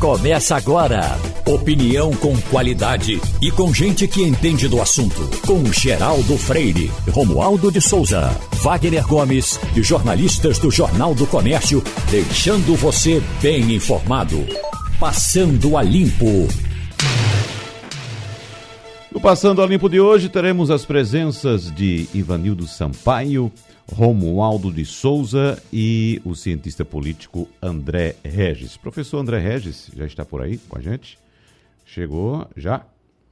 Começa agora. Opinião com qualidade e com gente que entende do assunto. Com Geraldo Freire, Romualdo de Souza, Wagner Gomes e jornalistas do Jornal do Comércio, deixando você bem informado. Passando a Limpo. No Passando a Limpo de hoje, teremos as presenças de Ivanildo Sampaio, Romualdo de Souza e o cientista político André Regis. Professor André Regis já está por aí com a gente? Chegou já?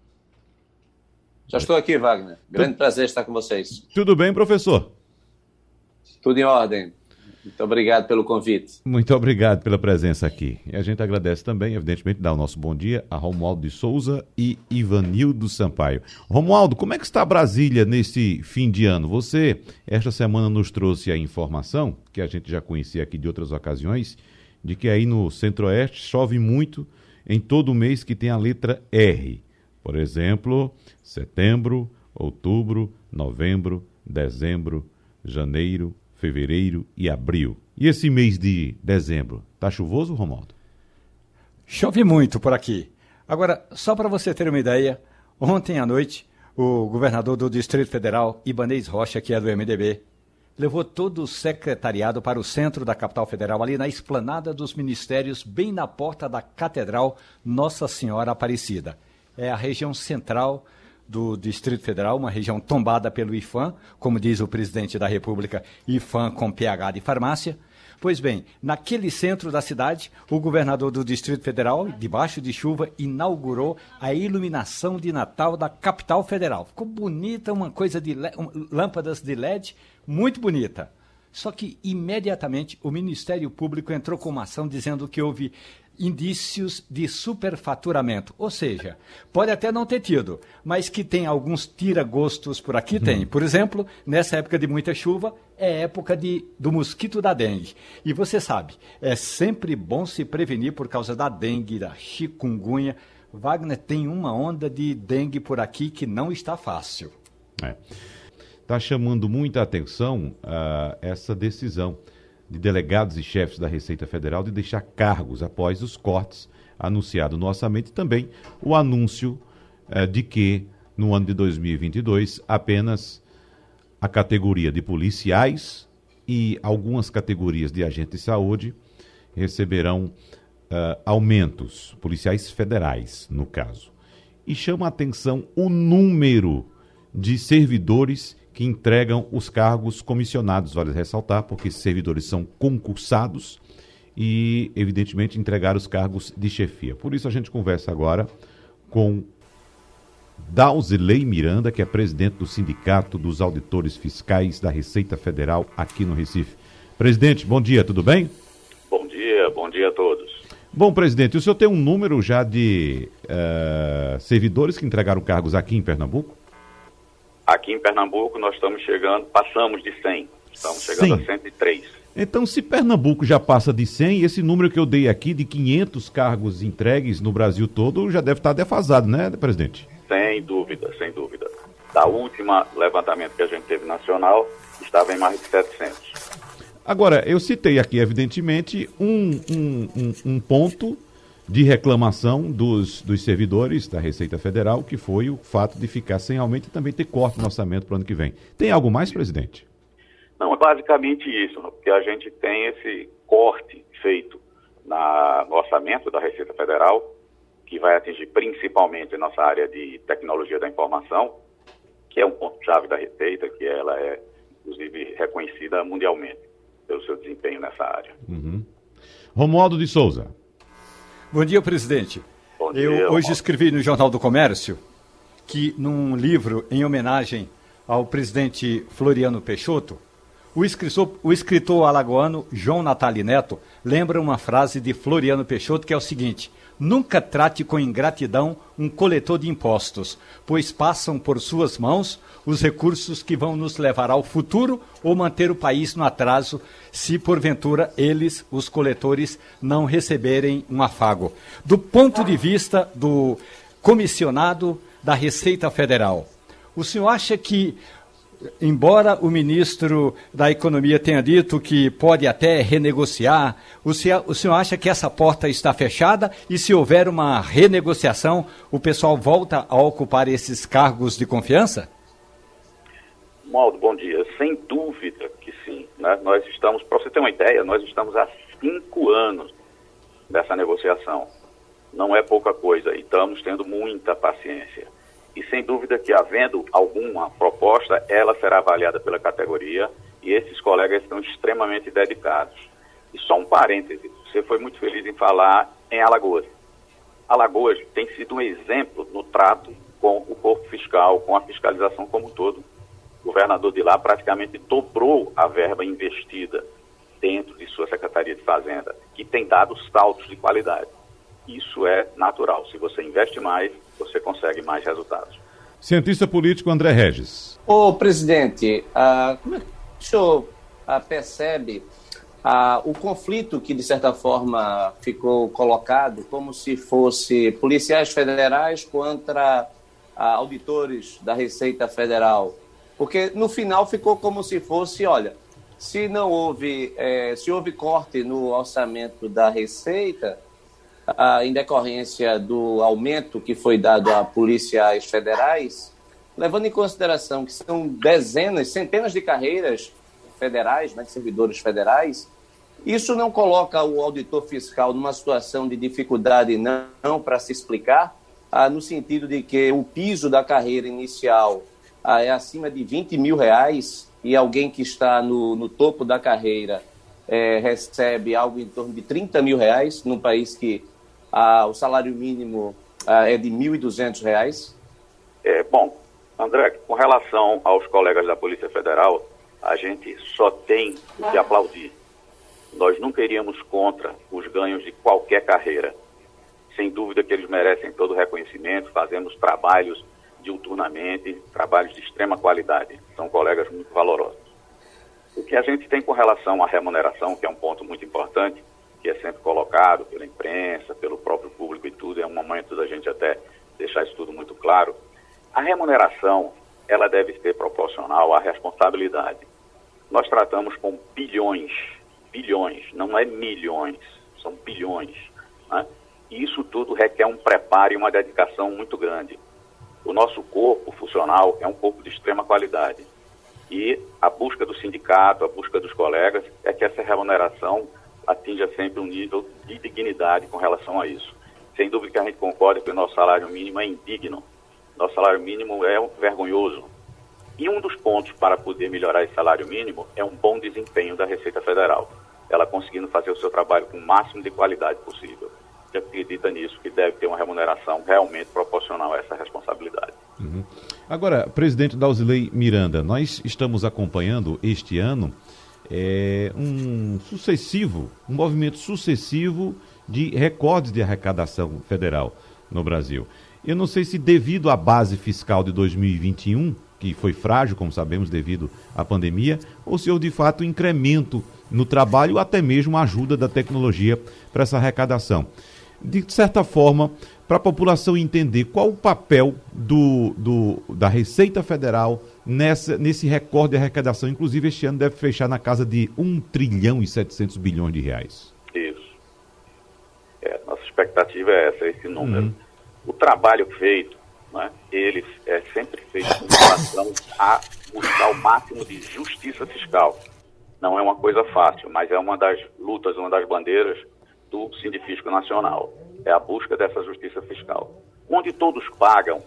Já estou aqui, Wagner. Grande prazer estar com vocês. Tudo bem, professor? Tudo em ordem. Muito obrigado pelo convite. Muito obrigado pela presença aqui. E a gente agradece também, evidentemente, dar o nosso bom dia a Romualdo de Souza e Ivanildo Sampaio. Romualdo, como é que está Brasília nesse fim de ano? Você, esta semana, nos trouxe a informação, que a gente já conhecia aqui de outras ocasiões, de que aí no Centro-Oeste chove muito em todo mês que tem a letra R. Por exemplo, setembro, outubro, novembro, dezembro, janeiro, fevereiro e abril. E esse mês de dezembro, tá chuvoso, Romualdo? Chove muito por aqui. Agora, só para você ter uma ideia, ontem à noite, o governador do Distrito Federal, Ibanez Rocha, que é do MDB, levou todo o secretariado para o centro da capital federal, ali na esplanada dos ministérios, bem na porta da Catedral Nossa Senhora Aparecida. É a região central do Distrito Federal, uma região tombada pelo IPHAN, como diz o presidente da República, IPHAN com PH de farmácia. Pois bem, naquele centro da cidade, o governador do Distrito Federal, debaixo de chuva, inaugurou a iluminação de Natal da capital federal. Ficou bonita, uma coisa de lâmpadas de LED, muito bonita. Só que, imediatamente, o Ministério Público entrou com uma ação dizendo que houve indícios de superfaturamento, ou seja, pode até não ter tido, mas que tem alguns tira-gostos por aqui, tem. Por exemplo, nessa época de muita chuva, é época do mosquito da dengue. E você sabe, é sempre bom se prevenir por causa da dengue, da chikungunya. Wagner, tem uma onda de dengue por aqui que não está fácil. Está chamando muita atenção essa decisão de delegados e chefes da Receita Federal de deixar cargos após os cortes anunciados no orçamento e também o anúncio de que no ano de 2022 apenas a categoria de policiais e algumas categorias de agentes de saúde receberão aumentos, policiais federais no caso. E chama a atenção o número de servidores que entregam os cargos comissionados, vale ressaltar, porque esses servidores são concursados e, evidentemente, entregar os cargos de chefia. Por isso a gente conversa agora com Dauzilei Miranda, que é presidente do Sindicato dos Auditores Fiscais da Receita Federal aqui no Recife. Presidente, bom dia, tudo bem? Bom dia a todos. Bom, presidente, o senhor tem um número já de servidores que entregaram cargos aqui em Pernambuco? Aqui em Pernambuco nós passamos de 100, estamos chegando 100. A 103. Então, se Pernambuco já passa de 100, esse número que eu dei aqui de 500 cargos entregues no Brasil todo já deve estar defasado, né, presidente? Sem dúvida. Da última levantamento que a gente teve nacional, estava em mais de 700. Agora, eu citei aqui, evidentemente, um ponto de reclamação dos servidores da Receita Federal, que foi o fato de ficar sem aumento e também ter corte no orçamento para o ano que vem. Tem algo mais, presidente? Não, é basicamente isso, porque a gente tem esse corte feito no orçamento da Receita Federal, que vai atingir principalmente a nossa área de tecnologia da informação, que é um ponto-chave da Receita, que ela é, inclusive, reconhecida mundialmente pelo seu desempenho nessa área. Romualdo de Souza. Bom dia, presidente. Bom dia, Eu hoje escrevi no Jornal do Comércio que, num livro em homenagem ao presidente Floriano Peixoto, o escritor alagoano João Natali Neto lembra uma frase de Floriano Peixoto que é o seguinte: nunca trate com ingratidão um coletor de impostos, pois passam por suas mãos os recursos que vão nos levar ao futuro ou manter o país no atraso, se porventura eles, os coletores, não receberem um afago. Do ponto de vista do comissionado da Receita Federal, o senhor acha que embora o ministro da Economia tenha dito que pode até renegociar, o senhor acha que essa porta está fechada e se houver uma renegociação, o pessoal volta a ocupar esses cargos de confiança? Romualdo, bom dia. Sem dúvida que sim. Né? Nós estamos, para você ter uma ideia, nós estamos há 5 anos dessa negociação. Não é pouca coisa e estamos tendo muita paciência. E sem dúvida que, havendo alguma proposta, ela será avaliada pela categoria e esses colegas estão extremamente dedicados. E só um parêntese, você foi muito feliz em falar em Alagoas. Alagoas tem sido um exemplo no trato com o corpo fiscal, com a fiscalização como um todo. O governador de lá praticamente dobrou a verba investida dentro de sua Secretaria de Fazenda, que tem dado saltos de qualidade. Isso é natural. Se você investe mais, você consegue mais resultados. Cientista político André Regis. Ô, presidente, como é que o senhor percebe o conflito que, de certa forma, ficou colocado como se fosse policiais federais contra auditores da Receita Federal? Porque, no final, ficou como se fosse, olha, se houve corte no orçamento da Receita, em decorrência do aumento que foi dado a policiais federais, levando em consideração que são dezenas, centenas de carreiras federais, de servidores federais, isso não coloca o auditor fiscal numa situação de dificuldade não para se explicar, no sentido de que o piso da carreira inicial é acima de R$20 mil e alguém que está no topo da carreira recebe algo em torno de R$30 mil, num país que o salário mínimo é de R$1.200. Bom, André, com relação aos colegas da Polícia Federal, a gente só tem que aplaudir. Nós nunca iríamos contra os ganhos de qualquer carreira. Sem dúvida que eles merecem todo o reconhecimento, fazemos trabalhos diuturnamente, trabalhos de extrema qualidade. São colegas muito valorosos. O que a gente tem com relação à remuneração, que é um ponto muito importante, que é sempre colocado pela imprensa, pelo próprio público e tudo, é um momento da gente até deixar isso tudo muito claro. A remuneração, ela deve ser proporcional à responsabilidade. Nós tratamos com bilhões, não é milhões, são bilhões, né? E isso tudo requer um preparo e uma dedicação muito grande. O nosso corpo funcional é um corpo de extrema qualidade. E a busca do sindicato, a busca dos colegas, é que essa remuneração atinja sempre um nível de dignidade com relação a isso. Sem dúvida que a gente concorda que o nosso salário mínimo é indigno. Nosso salário mínimo é vergonhoso. E um dos pontos para poder melhorar esse salário mínimo é um bom desempenho da Receita Federal. Ela conseguindo fazer o seu trabalho com o máximo de qualidade possível. Você acredita nisso, que deve ter uma remuneração realmente proporcional a essa responsabilidade. Uhum. Agora, presidente Dauzilei Miranda, nós estamos acompanhando este ano um movimento sucessivo de recordes de arrecadação federal no Brasil. Eu não sei se devido à base fiscal de 2021, que foi frágil, como sabemos, devido à pandemia, ou se houve de fato um incremento no trabalho ou até mesmo a ajuda da tecnologia para essa arrecadação. De certa forma, para a população entender qual o papel da Receita Federal nesse recorde de arrecadação. Inclusive, este ano deve fechar na casa de R$1,7 trilhão. Isso. Nossa expectativa é esse número. Uhum. O trabalho feito, né, ele é sempre feito com relação a buscar o máximo de justiça fiscal. Não é uma coisa fácil, mas é uma das lutas, uma das bandeiras do Sindifisco Nacional. É a busca dessa justiça fiscal. Onde todos pagam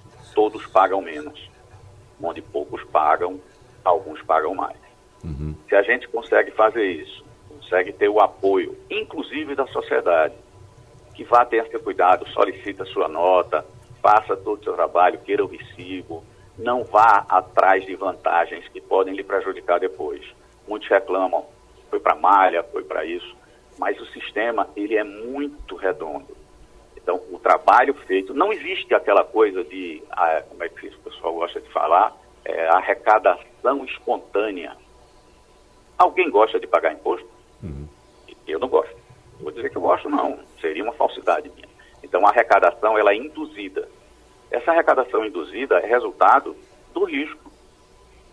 menos. Onde poucos pagam, alguns pagam mais. Uhum. Se a gente consegue fazer isso, consegue ter o apoio, inclusive da sociedade, que vá ter esse cuidado, solicita a sua nota, faça todo o seu trabalho, queira o recibo, não vá atrás de vantagens que podem lhe prejudicar depois. Muitos reclamam, foi para malha, foi para isso, mas o sistema, ele é muito redondo. Então, o trabalho feito, não existe aquela coisa de, como é que o pessoal gosta de falar, arrecadação espontânea. Alguém gosta de pagar imposto? Uhum. Eu não gosto. Vou dizer que eu gosto, não. Seria uma falsidade minha. Então, a arrecadação, ela é induzida. Essa arrecadação induzida é resultado do risco.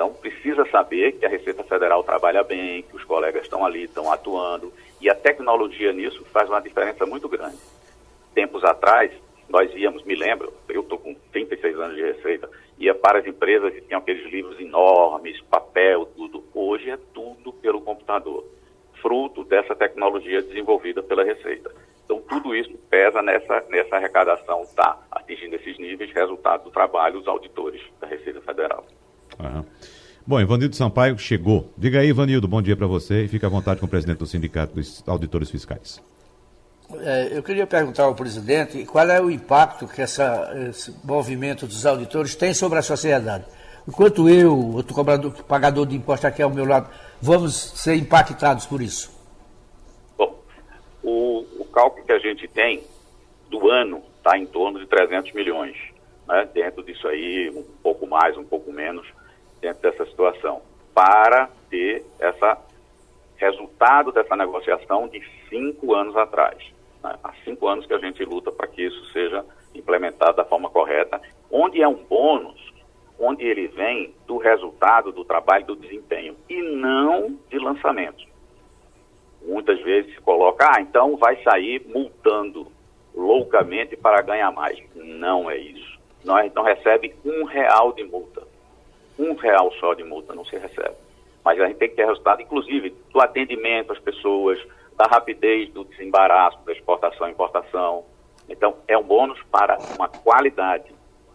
Então, precisa saber que a Receita Federal trabalha bem, que os colegas estão ali, estão atuando, e a tecnologia nisso faz uma diferença muito grande. Tempos atrás, nós íamos, me lembro, eu estou com 36 anos de Receita, ia para as empresas que tinham aqueles livros enormes, papel, tudo. Hoje é tudo pelo computador, fruto dessa tecnologia desenvolvida pela Receita. Então, tudo isso pesa nessa arrecadação, está atingindo esses níveis, resultado do trabalho dos auditores da Receita Federal. Uhum. Bom, Ivanildo Sampaio chegou. Diga aí, Ivanildo, bom dia para você e fique à vontade com o presidente do Sindicato dos Auditores Fiscais. Eu queria perguntar ao presidente qual é o impacto que esse movimento dos auditores tem sobre a sociedade. Enquanto eu, outro pagador de imposto aqui ao meu lado, vamos ser impactados por isso? Bom, o cálculo que a gente tem do ano está em torno de 300 milhões. Né? Dentro disso aí, um pouco mais, um pouco menos, dentro dessa situação, para ter esse resultado dessa negociação de 5 anos atrás. Né? Há 5 anos que a gente luta para que isso seja implementado da forma correta, onde é um bônus, onde ele vem do resultado do trabalho, do desempenho, e não de lançamento. Muitas vezes se coloca, então vai sair multando loucamente para ganhar mais. Não é isso. Nós não recebe R$1 de multa. R$1 só de multa não se recebe. Mas a gente tem que ter resultado, inclusive, do atendimento às pessoas, da rapidez do desembaraço, da exportação e importação. Então, é um bônus para uma qualidade.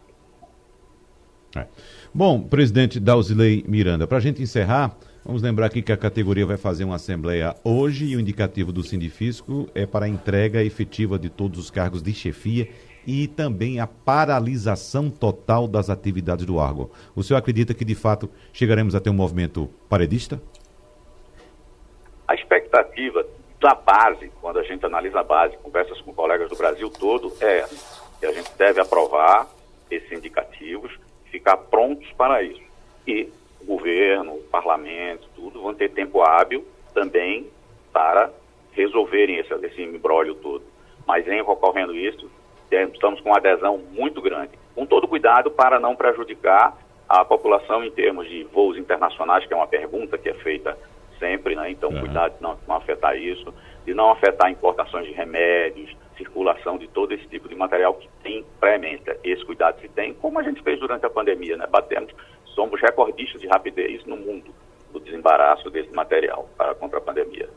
Bom, presidente Dausilei Miranda, para a gente encerrar, vamos lembrar aqui que a categoria vai fazer uma assembleia hoje e o indicativo do Sindifisco é para a entrega efetiva de todos os cargos de chefia e também a paralisação total das atividades do órgão. O senhor acredita que, de fato, chegaremos a ter um movimento paredista? A expectativa da base, quando a gente analisa a base, conversas com colegas do Brasil todo, é essa, que a gente deve aprovar esses indicativos, ficar prontos para isso. E o governo, o parlamento, tudo, vão ter tempo hábil também para resolverem esse imbróglio todo. Mas em ocorrendo isso, estamos com uma adesão muito grande, com todo cuidado para não prejudicar a população em termos de voos internacionais, que é uma pergunta que é feita sempre, né? Então, cuidado de não afetar isso, de não afetar importações de remédios, circulação de todo esse tipo de material que tem pré-ementa. Esse cuidado se tem, como a gente fez durante a pandemia, né? Somos recordistas de rapidez no mundo do desembaraço desse material contra a pandemia.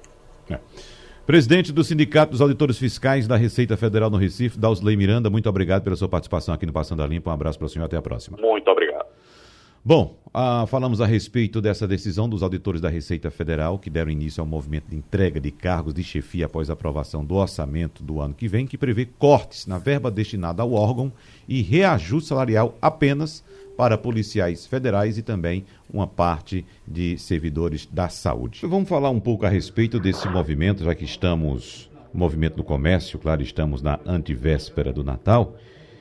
Presidente do Sindicato dos Auditores Fiscais da Receita Federal no Recife, Dausilei Miranda, muito obrigado pela sua participação aqui no Passando a Limpo. Um abraço para o senhor, até a próxima. Muito obrigado. Bom, falamos a respeito dessa decisão dos auditores da Receita Federal, que deram início ao movimento de entrega de cargos de chefia após a aprovação do orçamento do ano que vem, que prevê cortes na verba destinada ao órgão e reajuste salarial apenas para policiais federais e também uma parte de servidores da saúde. Vamos falar um pouco a respeito desse movimento, já que estamos no movimento do comércio, claro, estamos na antivéspera do Natal,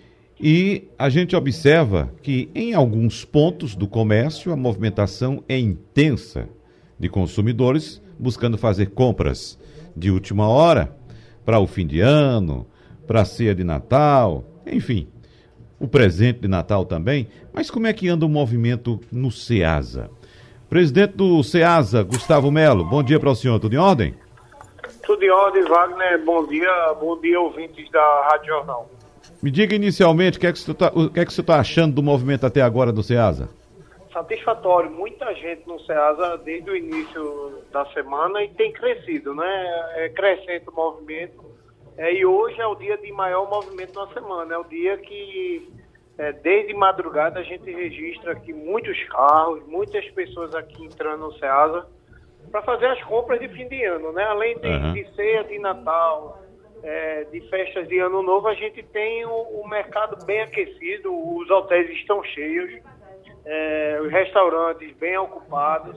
e a gente observa que em alguns pontos do comércio a movimentação é intensa de consumidores buscando fazer compras de última hora para o fim de ano, para a ceia de Natal, enfim, o presente de Natal também. Mas como é que anda o movimento no Ceasa? Presidente do Ceasa, Gustavo Melo, bom dia para o senhor, tudo em ordem? Tudo em ordem, Wagner, bom dia ouvintes da Rádio Jornal. Me diga inicialmente o que é que você está achando do movimento até agora do Ceasa? Satisfatório, muita gente no Ceasa desde o início da semana e tem crescido, né? É crescente o movimento. E hoje é o dia de maior movimento na semana, é o dia que desde madrugada a gente registra aqui muitos carros, muitas pessoas aqui entrando no Ceasa para fazer as compras de fim de ano, né? Além de ceia de Natal, de festas de Ano Novo, a gente tem o mercado bem aquecido, os hotéis estão cheios, os restaurantes bem ocupados,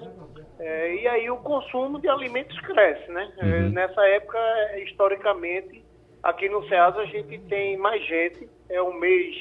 e aí o consumo de alimentos cresce, né? Nessa época, historicamente, aqui no Ceasa a gente tem mais gente, é o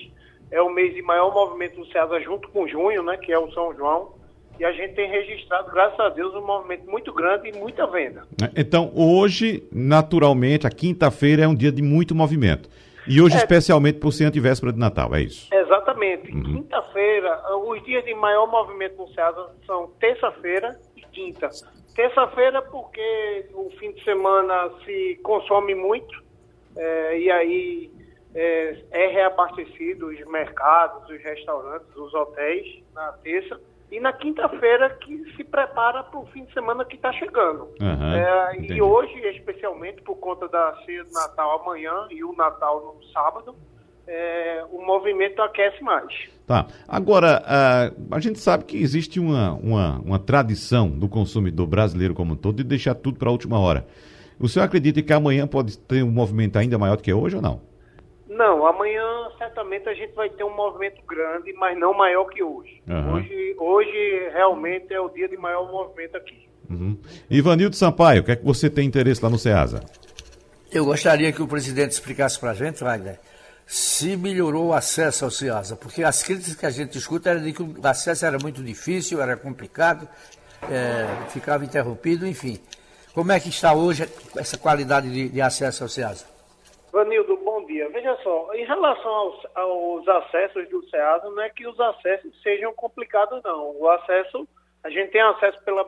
mês de maior movimento do Ceasa junto com junho, né? Que é o São João. E a gente tem registrado, graças a Deus, um movimento muito grande e muita venda. Então, hoje, naturalmente, a quinta-feira é um dia de muito movimento. E hoje, especialmente, por ser antivéspera de Natal, é isso? Exatamente. Exatamente. Quinta-feira, os dias de maior movimento no Ceasa são terça-feira e quinta. Terça-feira porque o fim de semana se consome muito, e aí é reabastecido os mercados, os restaurantes, os hotéis na terça. E na quinta-feira que se prepara para o fim de semana que está chegando. E hoje, especialmente por conta da ceia de Natal amanhã e o Natal no sábado, o movimento aquece mais. Tá. Agora, a gente sabe que existe uma tradição do consumidor brasileiro como um todo de deixar tudo para a última hora. O senhor acredita que amanhã pode ter um movimento ainda maior do que hoje ou não? Não, amanhã certamente a gente vai ter um movimento grande, mas não maior que hoje. Hoje realmente é o dia de maior movimento aqui. Ivanildo Sampaio, o que é que você tem interesse lá no Ceasa? Eu gostaria que o presidente explicasse para a gente, Wagner, se melhorou o acesso ao Ceasa, porque as críticas que a gente escuta eram de que o acesso era muito difícil, era complicado, ficava interrompido, enfim. Como é que está hoje essa qualidade de acesso ao Ceasa? Vanildo, bom dia. Veja só, em relação aos acessos do Ceasa, não é que os acessos sejam complicados, não. O acesso, a gente tem acesso pela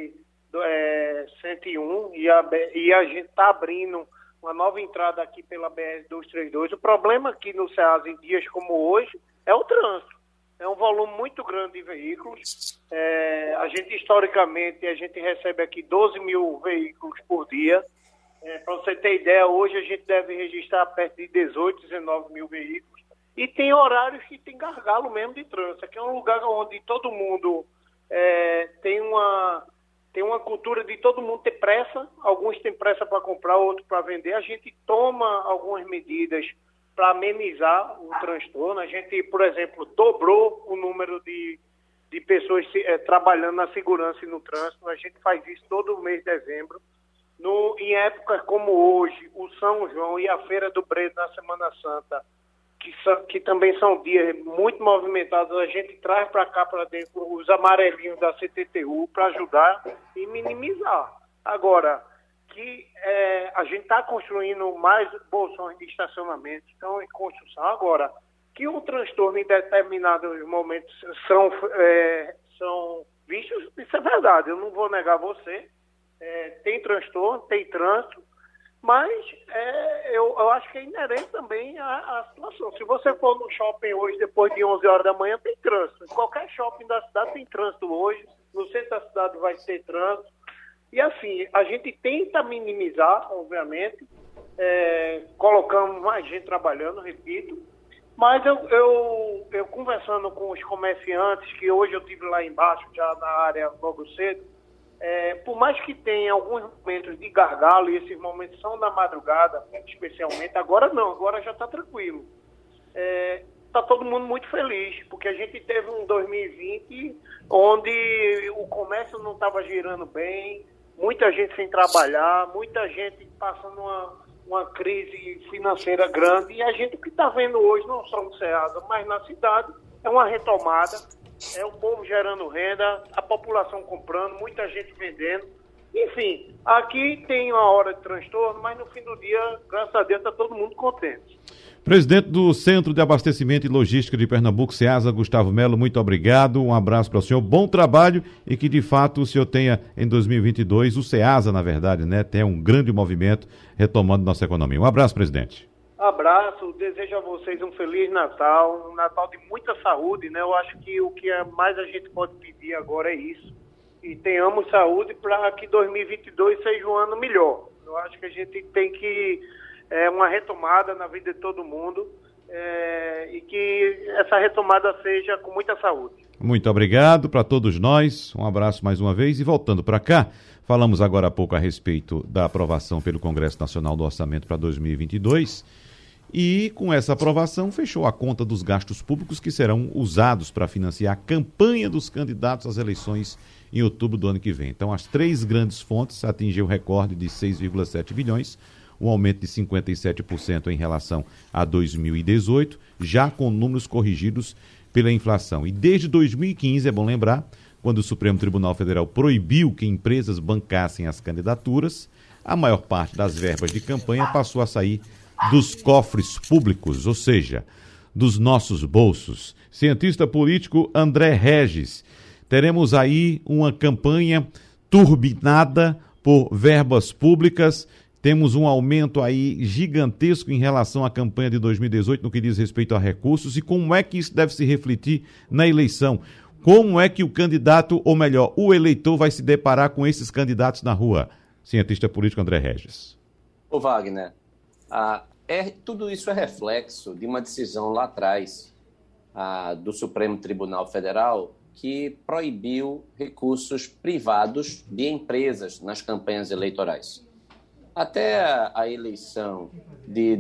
BR-101 e a gente está abrindo uma nova entrada aqui pela BR-232. O problema aqui no Ceasa, em dias como hoje, é o trânsito. É um volume muito grande de veículos. A gente, historicamente, a gente recebe aqui 12 mil veículos por dia. Para você ter ideia, hoje a gente deve registrar perto de 18, 19 mil veículos. E tem horários que tem gargalo mesmo de trânsito. Aqui é um lugar onde todo mundo tem uma cultura de todo mundo ter pressa. Alguns têm pressa para comprar, outros para vender. A gente toma algumas medidas para amenizar o transtorno. A gente, por exemplo, dobrou o número de pessoas trabalhando na segurança e no trânsito. A gente faz isso todo mês de dezembro. Em épocas como hoje, o São João e a Feira do Brejo na Semana Santa, que também são dias muito movimentados, a gente traz para cá, para dentro, os amarelinhos da CTTU para ajudar e minimizar. Agora, que a gente está construindo mais bolsões de estacionamento, estão em construção. Agora, que o transtorno em determinados momentos são vistos, isso é verdade, eu não vou negar a você. Tem transtorno, tem trânsito, mas eu acho que é inerente também à situação. Se você for no shopping hoje, depois de 11 horas da manhã, tem trânsito. Em qualquer shopping da cidade tem trânsito hoje, no centro da cidade vai ter trânsito. E assim, a gente tenta minimizar, obviamente, colocamos mais gente trabalhando, repito, mas eu conversando com os comerciantes, que hoje eu estive lá embaixo, já na área logo cedo, por mais que tenha alguns momentos de gargalo, e esses momentos são na madrugada, especialmente, agora não, agora já está tranquilo. Está todo mundo muito feliz, porque a gente teve um 2020 onde o comércio não estava girando bem, muita gente sem trabalhar, muita gente passando uma crise financeira grande, e a gente o que está vendo hoje, não só no Ceasa, mas na cidade, é uma retomada. É o povo gerando renda, a população comprando, muita gente vendendo. Enfim, aqui tem uma hora de transtorno, mas no fim do dia, graças a Deus, está todo mundo contente. Presidente do Centro de Abastecimento e Logística de Pernambuco, Ceasa, Gustavo Melo, muito obrigado, um abraço para o senhor, bom trabalho e que de fato o senhor tenha em 2022, o Ceasa, na verdade, né, tenha um grande movimento retomando nossa economia. Um abraço, presidente. Abraço, desejo a vocês um Feliz Natal, um Natal de muita saúde, né? Eu acho que o que mais a gente pode pedir agora é isso. E tenhamos saúde para que 2022 seja um ano melhor. Eu acho que a gente tem que uma retomada na vida de todo mundo e que essa retomada seja com muita saúde. Muito obrigado para todos nós, um abraço mais uma vez e voltando para cá, falamos agora há pouco a respeito da aprovação pelo Congresso Nacional do Orçamento para 2022 e com essa aprovação fechou a conta dos gastos públicos que serão usados para financiar a campanha dos candidatos às eleições em outubro do ano que vem. Então as três grandes fontes atingiram o recorde de 6,7 bilhões, um aumento de 57% em relação a 2018, já com números corrigidos pela inflação. E desde 2015, é bom lembrar, quando o Supremo Tribunal Federal proibiu que empresas bancassem as candidaturas, a maior parte das verbas de campanha passou a sair dos cofres públicos, ou seja, dos nossos bolsos. Cientista político André Regis, teremos aí uma campanha turbinada por verbas públicas. Temos um aumento aí gigantesco em relação à campanha de 2018 no que diz respeito a recursos. E como é que isso deve se refletir na eleição? Como é que o candidato, ou melhor, o eleitor vai se deparar com esses candidatos na rua? Cientista político André Regis. Ô Wagner, tudo isso é reflexo de uma decisão lá atrás do Supremo Tribunal Federal que proibiu recursos privados de empresas nas campanhas eleitorais. Até a eleição de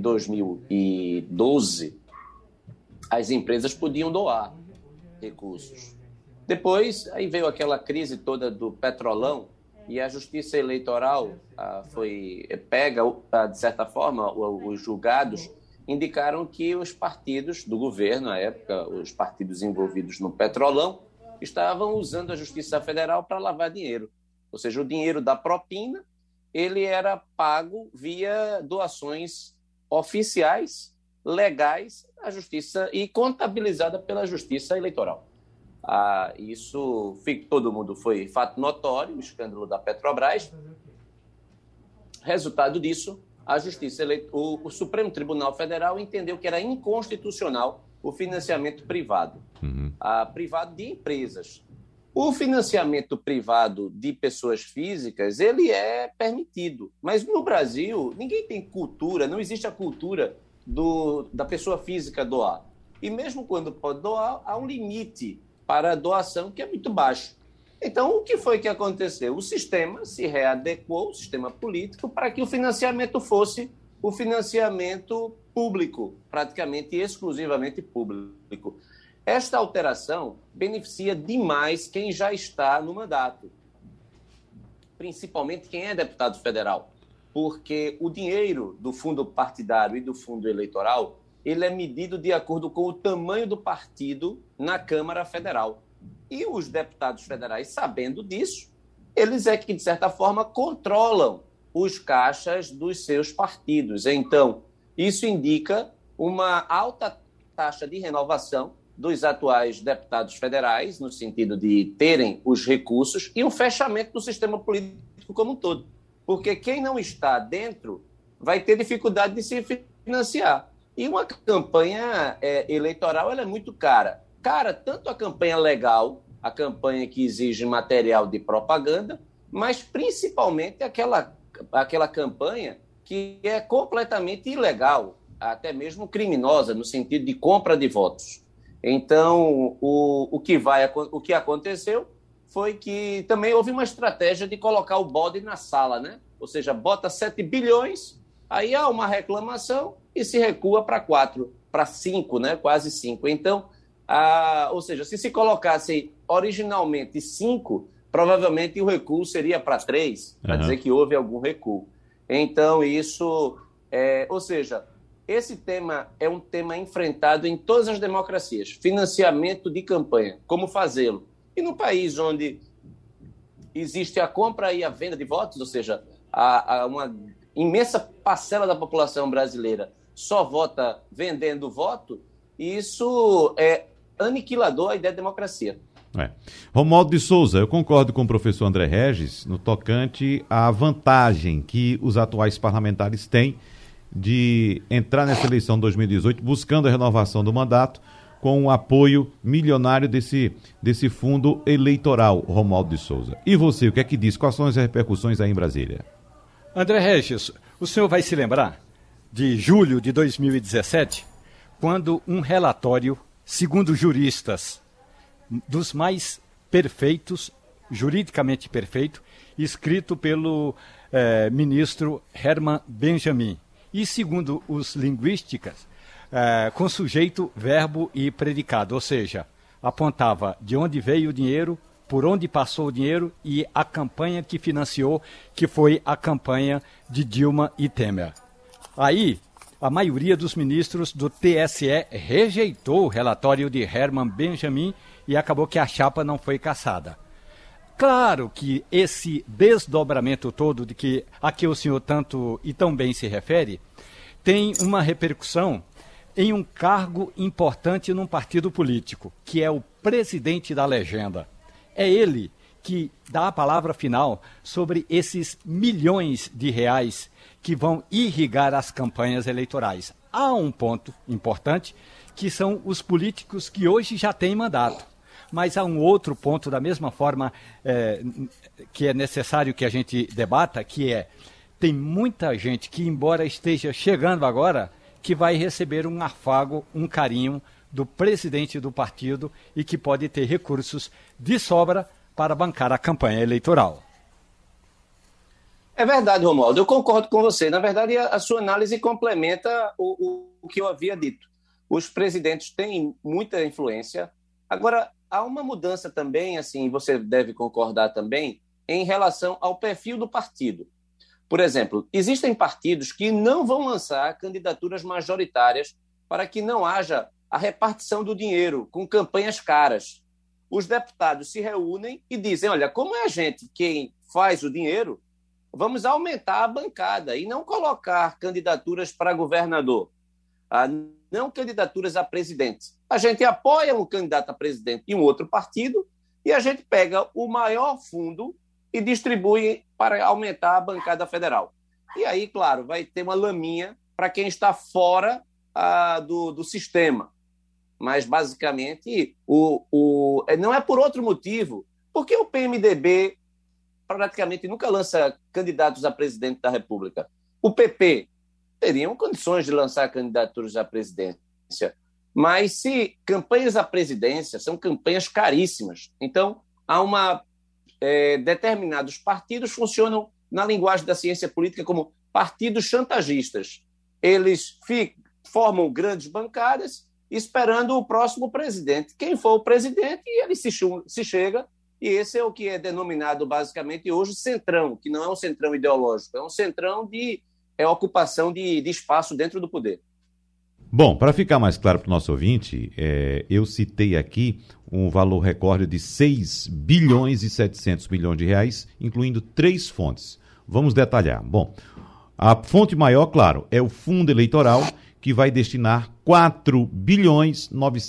2012, as empresas podiam doar recursos. Depois, aí veio aquela crise toda do Petrolão e a Justiça Eleitoral foi pega, de certa forma, os julgados indicaram que os partidos do governo, à época, os partidos envolvidos no Petrolão, estavam usando a Justiça Federal para lavar dinheiro. Ou seja, o dinheiro da propina, ele era pago via doações oficiais, legais, à Justiça e contabilizada pela Justiça Eleitoral. Isso, todo mundo foi fato notório, o escândalo da Petrobras. Resultado disso, o Supremo Tribunal Federal entendeu que era inconstitucional o financiamento privado, privado de empresas. O financiamento privado de pessoas físicas, ele é permitido, mas no Brasil ninguém tem cultura, não existe a cultura da pessoa física doar. E mesmo quando pode doar, há um limite para a doação que é muito baixo. Então, o que foi que aconteceu? O sistema se readequou, o sistema político, para que o financiamento fosse o financiamento público, praticamente e exclusivamente público. Esta alteração beneficia demais quem já está no mandato, principalmente quem é deputado federal, porque o dinheiro do fundo partidário e do fundo eleitoral, ele é medido de acordo com o tamanho do partido na Câmara Federal. E os deputados federais, sabendo disso, eles é que, de certa forma, controlam os caixas dos seus partidos. Então, isso indica uma alta taxa de renovação dos atuais deputados federais, no sentido de terem os recursos, e um fechamento do sistema político como um todo. Porque quem não está dentro vai ter dificuldade de se financiar. E uma campanha eleitoral ela é muito cara. Cara, tanto a campanha legal, a campanha que exige material de propaganda, mas principalmente aquela campanha que é completamente ilegal, até mesmo criminosa, no sentido de compra de votos. Então, o que aconteceu foi que também houve uma estratégia de colocar o bode na sala, né? Ou seja, bota 7 bilhões, aí há uma reclamação e se recua para 4, para 5, né? Quase 5. Então, ou seja, se colocasse originalmente 5, provavelmente o recuo seria para 3, para dizer que houve algum recuo. Então, isso... ou seja, esse tema é um tema enfrentado em todas as democracias. Financiamento de campanha, como fazê-lo. E no país onde existe a compra e a venda de votos, ou seja, uma imensa parcela da população brasileira só vota vendendo voto, isso é aniquilador à ideia de democracia. Romualdo de Souza, eu concordo com o professor André Regis no tocante à vantagem que os atuais parlamentares têm de entrar nessa eleição de 2018 buscando a renovação do mandato com o apoio milionário desse fundo eleitoral, Romualdo de Souza. E você, o que é que diz? Quais são as repercussões aí em Brasília? André Regis, o senhor vai se lembrar de julho de 2017, quando um relatório, segundo juristas, dos mais perfeitos, juridicamente perfeito, escrito pelo ministro Herman Benjamin, e segundo os linguísticas, com sujeito, verbo e predicado, ou seja, apontava de onde veio o dinheiro, por onde passou o dinheiro e a campanha que financiou, que foi a campanha de Dilma e Temer. Aí, a maioria dos ministros do TSE rejeitou o relatório de Herman Benjamin e acabou que a chapa não foi cassada. Claro que esse desdobramento todo de que a que o senhor tanto e tão bem se refere tem uma repercussão em um cargo importante num partido político, que é o presidente da legenda. É ele que dá a palavra final sobre esses milhões de reais que vão irrigar as campanhas eleitorais. Há um ponto importante, que são os políticos que hoje já têm mandato. Mas há um outro ponto, da mesma forma que é necessário que a gente debata, que tem muita gente que, embora esteja chegando agora, que vai receber um afago, um carinho do presidente do partido e que pode ter recursos de sobra para bancar a campanha eleitoral. É verdade, Romualdo, eu concordo com você. Na verdade, a sua análise complementa o que eu havia dito. Os presidentes têm muita influência. Agora, há uma mudança também, assim, você deve concordar também, em relação ao perfil do partido. Por exemplo, existem partidos que não vão lançar candidaturas majoritárias para que não haja a repartição do dinheiro com campanhas caras. Os deputados se reúnem e dizem, olha, como é a gente quem faz o dinheiro, vamos aumentar a bancada e não colocar candidaturas para governador, não candidaturas a presidente. A gente apoia um candidato a presidente de um outro partido e a gente pega o maior fundo e distribui para aumentar a bancada federal. E aí, claro, vai ter uma laminha para quem está fora do sistema. Mas, basicamente, não é por outro motivo. Porque o PMDB praticamente nunca lança candidatos a presidente da República. O PP teriam condições de lançar candidaturas à presidência. Mas se campanhas à presidência são campanhas caríssimas. Então, determinados partidos funcionam na linguagem da ciência política como partidos chantagistas. Eles formam grandes bancadas esperando o próximo presidente. Quem for o presidente, ele se chega, e esse é o que é denominado basicamente hoje centrão, que não é um centrão ideológico, é um centrão de ocupação de espaço dentro do poder. Bom, para ficar mais claro para o nosso ouvinte, eu citei aqui um valor recorde de 6 bilhões e 700 milhões de reais, incluindo 3 fontes. Vamos detalhar. Bom, a fonte maior, claro, é o fundo eleitoral, que vai destinar 4 bilhões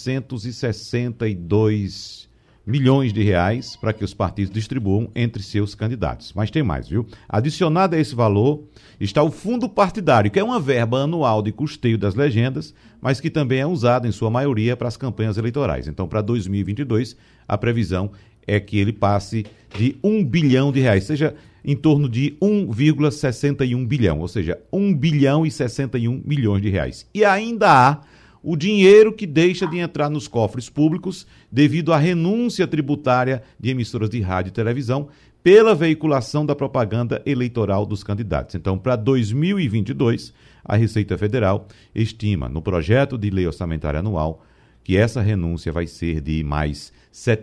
962 milhões de reais para que os partidos distribuam entre seus candidatos. Mas tem mais, viu? Adicionado a esse valor está o fundo partidário, que é uma verba anual de custeio das legendas, mas que também é usado em sua maioria para as campanhas eleitorais. Então, para 2022, a previsão é que ele passe de 1 bilhão de reais, seja em torno de 1,61 bilhão, ou seja, 1 bilhão e 61 milhões de reais. E ainda há o dinheiro que deixa de entrar nos cofres públicos devido à renúncia tributária de emissoras de rádio e televisão pela veiculação da propaganda eleitoral dos candidatos. Então, para 2022, a Receita Federal estima, no projeto de lei orçamentária anual, que essa renúncia vai ser de mais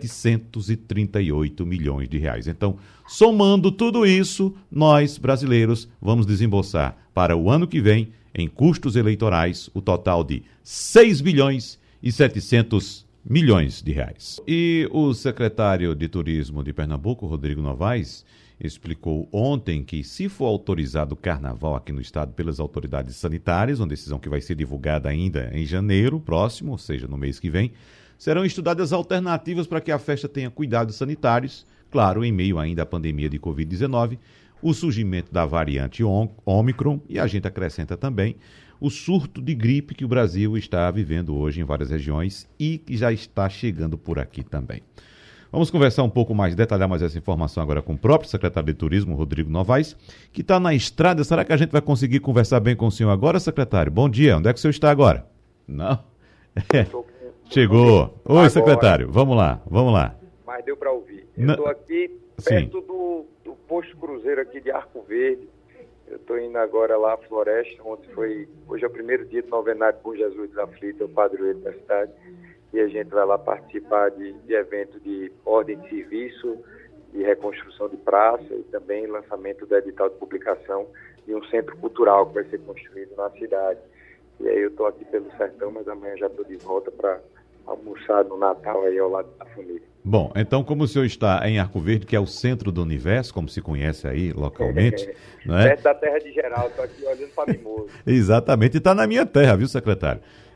738 milhões de reais. Então, somando tudo isso, nós, brasileiros, vamos desembolsar para o ano que vem, em custos eleitorais, o total de 6 bilhões e 700 milhões de reais. E o secretário de Turismo de Pernambuco, Rodrigo Novaes, explicou ontem que, se for autorizado o carnaval aqui no estado pelas autoridades sanitárias, uma decisão que vai ser divulgada ainda em janeiro próximo, ou seja, no mês que vem, serão estudadas alternativas para que a festa tenha cuidados sanitários, claro, em meio ainda à pandemia de Covid-19, o surgimento da variante Ômicron, e a gente acrescenta também o surto de gripe que o Brasil está vivendo hoje em várias regiões e que já está chegando por aqui também. Vamos conversar um pouco mais, detalhar mais essa informação agora com o próprio secretário de Turismo, Rodrigo Novaes, que está na estrada. Será que a gente vai conseguir conversar bem com o senhor agora, secretário? Bom dia, onde é que o senhor está agora? Não? Chegou. Oi, agora, secretário, vamos lá. Mas deu para ouvir. Eu estou aqui perto do posto cruzeiro aqui de Arco Verde. Eu estou indo agora lá à Floresta, hoje é o primeiro dia do novenário Bom Jesus dos Aflitos, é o padroeiro da cidade. E a gente vai lá participar de evento de ordem de serviço, de reconstrução de praça e também lançamento do edital de publicação de um centro cultural que vai ser construído na cidade. E aí eu estou aqui pelo sertão, mas amanhã já estou de volta para almoçar no Natal aí ao lado da família. Bom, então como o senhor está em Arco Verde, que é o centro do universo, como se conhece aí localmente, não é? Perto da terra de Geraldo, estou aqui olhando para Mimoso. Exatamente, e está na minha terra, viu, secretário?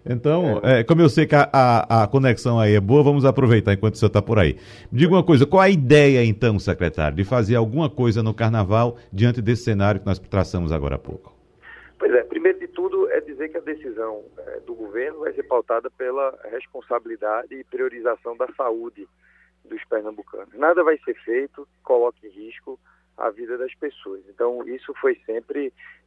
Então, como eu sei que a conexão aí é boa, vamos aproveitar enquanto o senhor está por aí. Me diga uma coisa, qual a ideia então, secretário, de fazer alguma coisa no Carnaval diante desse cenário que nós traçamos agora há pouco? Pois é, primeiro de tudo é dizer que a decisão do governo vai ser pautada pela responsabilidade e priorização da saúde dos pernambucanos. Nada vai ser feito que coloque em risco a vida das pessoas. Então, isso foi sempre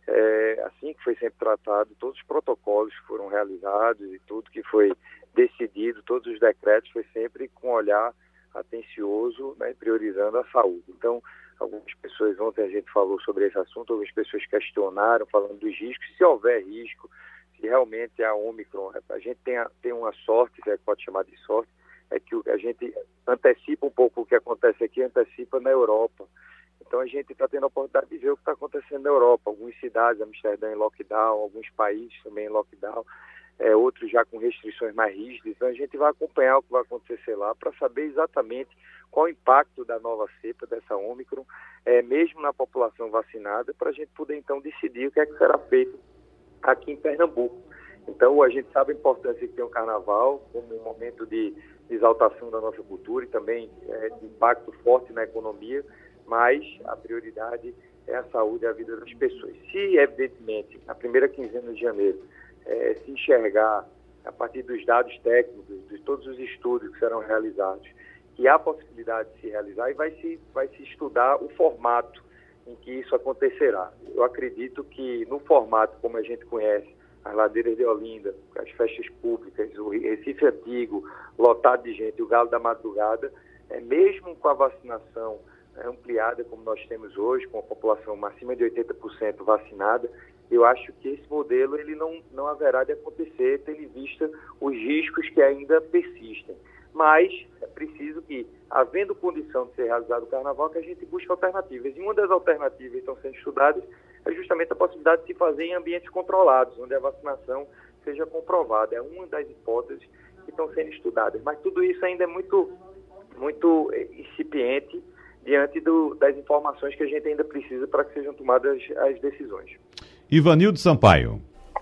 assim que foi sempre tratado, todos os protocolos que foram realizados e tudo que foi decidido, todos os decretos, foi sempre com um olhar atencioso, né, priorizando a saúde. Então, algumas pessoas, ontem a gente falou sobre esse assunto, algumas pessoas questionaram, falando dos riscos, se houver risco, se realmente a Ômicron, a gente tem uma sorte, se é que pode chamar de sorte, é que a gente antecipa um pouco o que acontece aqui, antecipa na Europa. Então a gente está tendo a oportunidade de ver o que está acontecendo na Europa. Algumas cidades, Amsterdã em lockdown, alguns países também em lockdown, outros já com restrições mais rígidas. Então a gente vai acompanhar o que vai acontecer lá para saber exatamente qual o impacto da nova cepa, dessa Ômicron, mesmo na população vacinada, para a gente poder então decidir o que é que será feito aqui em Pernambuco. Então a gente sabe a importância que tem o Carnaval como um momento de exaltação da nossa cultura e também de impacto forte na economia, mas a prioridade é a saúde e a vida das pessoas. Se, evidentemente, na primeira quinzena de janeiro, se enxergar, a partir dos dados técnicos, de todos os estudos que serão realizados, que há possibilidade de se realizar, e vai se estudar o formato em que isso acontecerá. Eu acredito que, no formato como a gente conhece, as ladeiras de Olinda, as festas públicas, o Recife Antigo, lotado de gente, o Galo da Madrugada, mesmo com a vacinação ampliada como nós temos hoje, com a população acima de 80% vacinada, eu acho que esse modelo ele não haverá de acontecer, tendo em vista os riscos que ainda persistem. Mas é preciso que, havendo condição de ser realizado o Carnaval, que a gente busque alternativas. E uma das alternativas que estão sendo estudadas é justamente a possibilidade de se fazer em ambientes controlados, onde a vacinação seja comprovada. É uma das hipóteses que estão sendo estudadas. Mas tudo isso ainda é muito, muito incipiente diante das informações que a gente ainda precisa para que sejam tomadas as decisões. Ivanildo Sampaio.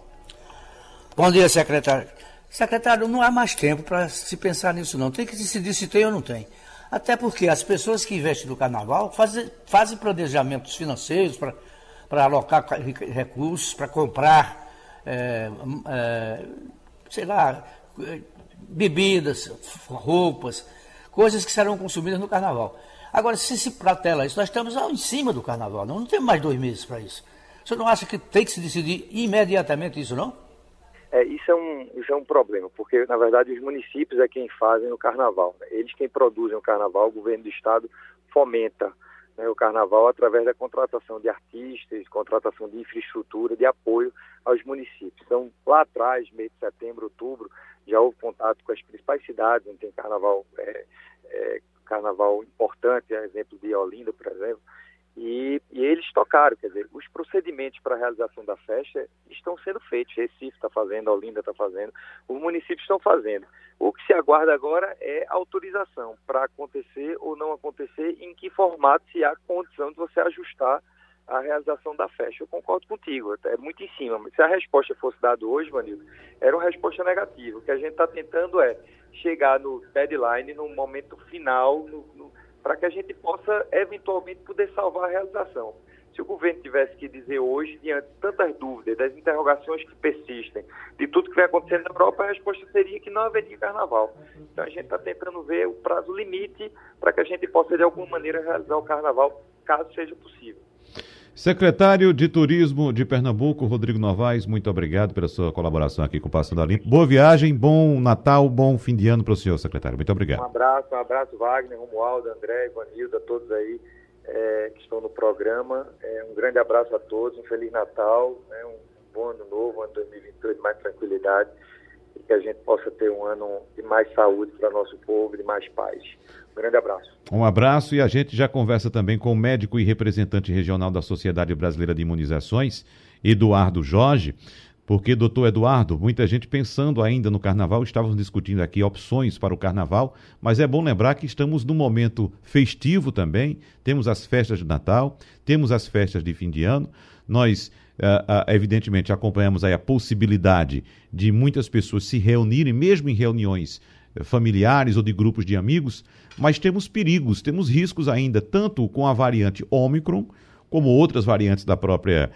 Bom dia, secretário. Secretário, não há mais tempo para se pensar nisso não. Tem que decidir se tem ou não tem. Até porque as pessoas que investem no Carnaval fazem planejamentos financeiros para alocar recursos, para comprar, bebidas, roupas, coisas que serão consumidas no Carnaval. Agora, se pratela isso, nós estamos em cima do Carnaval, não temos mais 2 meses para isso. O senhor não acha que tem que se decidir imediatamente isso, não? Isso é um problema, porque, na verdade, os municípios é quem fazem o Carnaval. Né? Eles quem produzem o Carnaval, o governo do Estado fomenta, né, o Carnaval através da contratação de artistas, contratação de infraestrutura, de apoio aos municípios. Então, lá atrás, mês de setembro, outubro, já houve contato com as principais cidades, onde tem Carnaval importante, exemplo de Olinda, por exemplo, e eles tocaram, quer dizer, os procedimentos para a realização da festa estão sendo feitos, Recife está fazendo, Olinda está fazendo, os municípios estão fazendo. O que se aguarda agora é autorização para acontecer ou não acontecer, em que formato, se há condição de você ajustar a realização da festa. Eu concordo contigo, é muito em cima, mas se a resposta fosse dada hoje, Vanildo, era uma resposta negativa. O que a gente está tentando é chegar no deadline, no momento final, para que a gente possa, eventualmente, poder salvar a realização. Se o governo tivesse que dizer hoje, diante de tantas dúvidas, das interrogações que persistem, de tudo que vem acontecendo na Europa, a resposta seria que não haveria Carnaval. Então a gente está tentando ver o prazo limite para que a gente possa, de alguma maneira, realizar o Carnaval, caso seja possível. Secretário de Turismo de Pernambuco, Rodrigo Novaes, muito obrigado pela sua colaboração aqui com o Passando a Limpo. Boa viagem, bom Natal, bom fim de ano para o senhor, secretário. Muito obrigado. Um abraço, Wagner, Romualdo, André, Ivanildo, a todos aí que estão no programa. Um grande abraço a todos, um Feliz Natal, um bom ano novo, um ano 2022 de mais tranquilidade, e que a gente possa ter um ano de mais saúde para nosso povo, de mais paz. Um grande abraço. Um abraço, e a gente já conversa também com o médico e representante regional da Sociedade Brasileira de Imunizações, Eduardo Jorge, porque, doutor Eduardo, muita gente pensando ainda no Carnaval, estávamos discutindo aqui opções para o Carnaval, mas é bom lembrar que estamos num momento festivo também, temos as festas de Natal, temos as festas de fim de ano, nós evidentemente, acompanhamos aí a possibilidade de muitas pessoas se reunirem, mesmo em reuniões familiares ou de grupos de amigos, mas temos perigos, temos riscos ainda, tanto com a variante Ômicron, como outras variantes do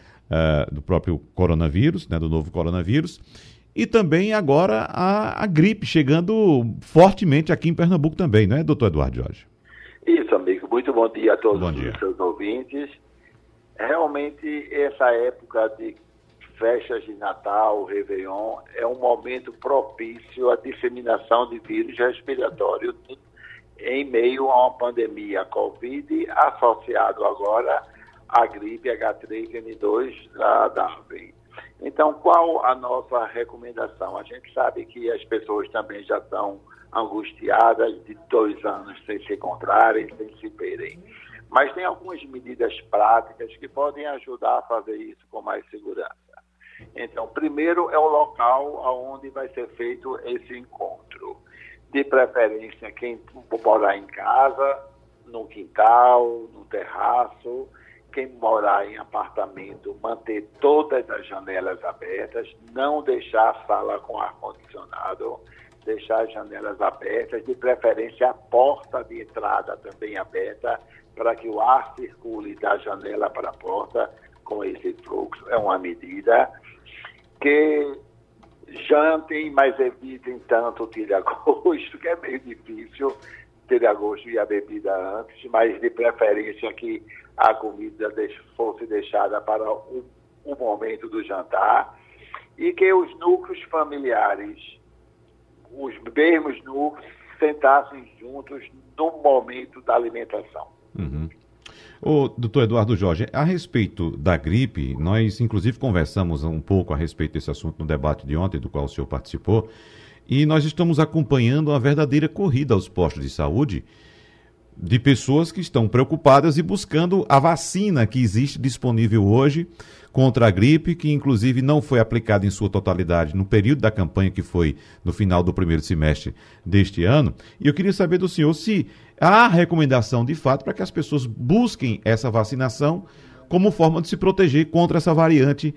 próprio coronavírus, né, do novo coronavírus, e também agora a gripe chegando fortemente aqui em Pernambuco também, não é, doutor Eduardo Jorge? Isso, amigo. Muito bom dia a todos os seus ouvintes. Realmente, essa época de festas de Natal, Réveillon, é um momento propício à disseminação de vírus respiratório em meio a uma pandemia Covid, associado agora à gripe H3N2 da ave. Então, qual a nossa recomendação? A gente sabe que as pessoas também já estão angustiadas de 2 anos sem se encontrarem, sem se verem. Mas tem algumas medidas práticas que podem ajudar a fazer isso com mais segurança. Então, primeiro é o local onde vai ser feito esse encontro. De preferência, quem morar em casa, no quintal, no terraço. Quem morar em apartamento, manter todas as janelas abertas, não deixar a sala com ar-condicionado, deixar as janelas abertas, de preferência a porta de entrada também aberta, para que o ar circule da janela para a porta com esse fluxo. É uma medida. Que jantem, mas evitem tanto o tira-gosto, que é meio difícil tira-gosto e a bebida antes, mas de preferência que a comida fosse deixada para o momento do jantar, e que os núcleos familiares, os mesmos núcleos, sentassem juntos no momento da alimentação. Uhum. Ô, doutor Eduardo Jorge, a respeito da gripe, nós inclusive conversamos um pouco a respeito desse assunto no debate de ontem, do qual o senhor participou, e nós estamos acompanhando uma verdadeira corrida aos postos de saúde de pessoas que estão preocupadas e buscando a vacina que existe disponível hoje contra a gripe, que inclusive não foi aplicada em sua totalidade no período da campanha, que foi no final do primeiro semestre deste ano. E eu queria saber do senhor se há recomendação de fato para que as pessoas busquem essa vacinação como forma de se proteger contra essa variante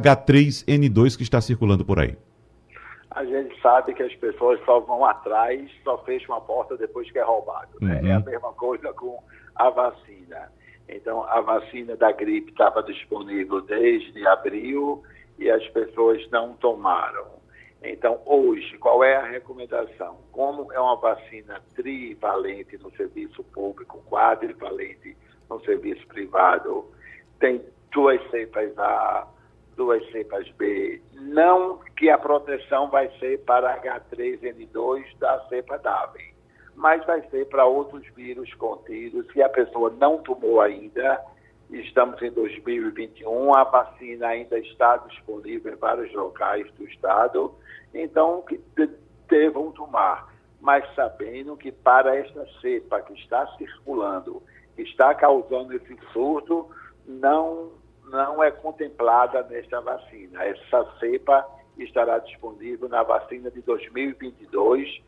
H3N2 que está circulando por aí. A gente sabe que as pessoas só vão atrás, só fecham a porta depois que é roubado. Né? É a mesma coisa com a vacina. Então, a vacina da gripe estava disponível desde abril e as pessoas não tomaram. Então, hoje, qual é a recomendação? Como é uma vacina trivalente no serviço público, quadrivalente no serviço privado, tem 2 cepas A, 2 cepas B, não que a proteção vai ser para H3N2 da cepa DAVI, mas vai ser para outros vírus contidos. Se a pessoa não tomou ainda, estamos em 2021, a vacina ainda está disponível em vários locais do estado, então que devam tomar, mas sabendo que para esta cepa que está circulando, que está causando esse surto, não é contemplada nesta vacina. Essa cepa estará disponível na vacina de 2022,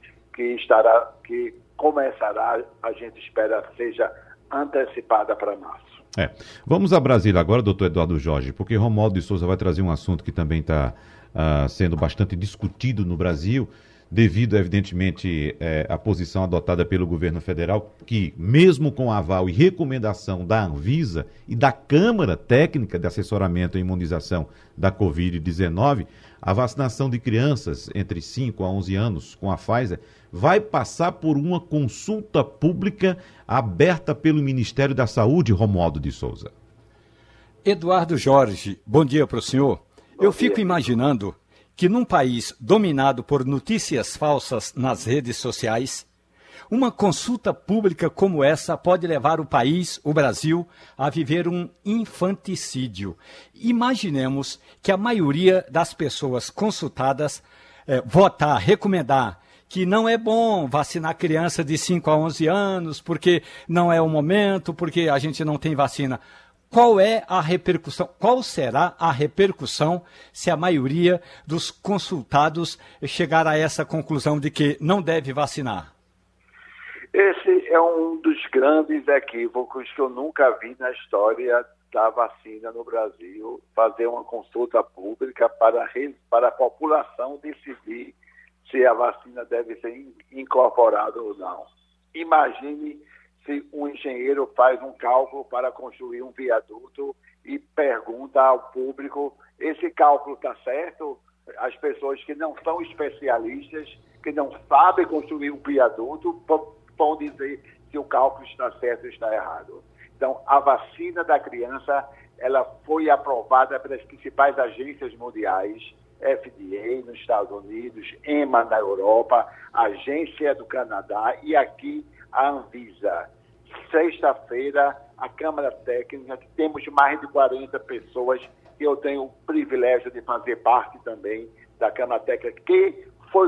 que começará, a gente espera, seja antecipada para março. Vamos a Brasília agora, doutor Eduardo Jorge, porque Romualdo de Souza vai trazer um assunto que também está sendo bastante discutido no Brasil, devido, evidentemente, à posição adotada pelo governo federal, que mesmo com aval e recomendação da Anvisa e da Câmara Técnica de Assessoramento e Imunização da Covid-19, a vacinação de crianças entre 5 a 11 anos com a Pfizer vai passar por uma consulta pública aberta pelo Ministério da Saúde, Romualdo de Souza. Eduardo Jorge, bom dia para o senhor. Eu fico imaginando que num país dominado por notícias falsas nas redes sociais, uma consulta pública como essa pode levar o país, o Brasil, a viver um infanticídio. Imaginemos que a maioria das pessoas consultadas recomendar que não é bom vacinar criança de 5 a 11 anos, porque não é o momento, porque a gente não tem vacina. Qual é a repercussão? Qual será a repercussão se a maioria dos consultados chegar a essa conclusão de que não deve vacinar? Esse é um dos grandes equívocos que eu nunca vi na história da vacina no Brasil, fazer uma consulta pública para a população decidir se a vacina deve ser incorporada ou não. Imagine se um engenheiro faz um cálculo para construir um viaduto e pergunta ao público, esse cálculo está certo? As pessoas que não são especialistas, que não sabem construir um viaduto, vão dizer se o cálculo está certo ou está errado. Então, a vacina da criança, ela foi aprovada pelas principais agências mundiais, FDA nos Estados Unidos, EMA na Europa, Agência do Canadá e aqui a Anvisa. Sexta-feira, a Câmara Técnica, que temos mais de 40 pessoas, que eu tenho o privilégio de fazer parte também da Câmara Técnica, que foi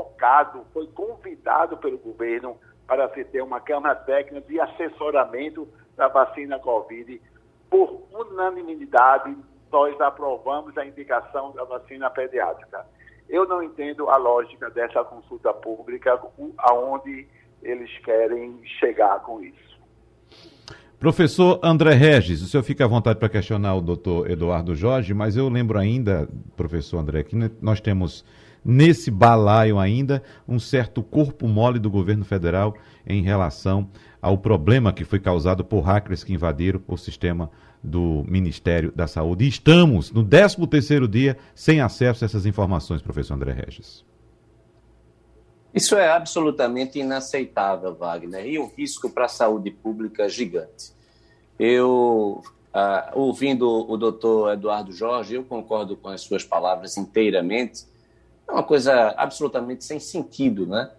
convidado pelo governo para se ter uma Câmara Técnica de assessoramento da vacina Covid. Por unanimidade, nós aprovamos a indicação da vacina pediátrica. Eu não entendo a lógica dessa consulta pública, aonde eles querem chegar com isso. Professor André Regis, o senhor fica à vontade para questionar o doutor Eduardo Jorge, mas eu lembro ainda, professor André, que nós temos nesse balaio ainda um certo corpo mole do governo federal em relação ao problema que foi causado por hackers que invadiram o sistema do Ministério da Saúde. E estamos no 13º dia sem acesso a essas informações, professor André Regis. Isso é absolutamente inaceitável, Wagner, e um risco para a saúde pública gigante. Eu, ouvindo o doutor Eduardo Jorge, eu concordo com as suas palavras inteiramente. É uma coisa absolutamente sem sentido, né?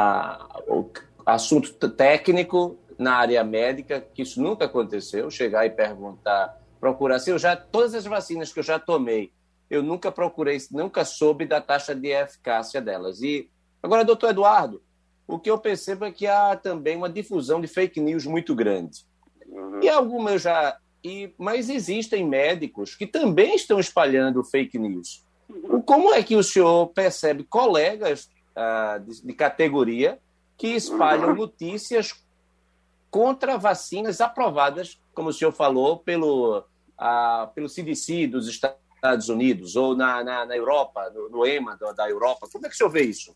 O assunto técnico na área médica, que isso nunca aconteceu, chegar e perguntar, procurar, se todas as vacinas que eu já tomei, eu nunca procurei, nunca soube da taxa de eficácia delas. E agora, doutor Eduardo, o que eu percebo é que há também uma difusão de fake news muito grande. E algumas mas existem médicos que também estão espalhando fake news. Como é que o senhor percebe colegas de categoria que espalham notícias contra vacinas aprovadas, como o senhor falou, pelo CDC dos Estados Unidos ou na Europa, no EMA da Europa? Como é que o senhor vê isso?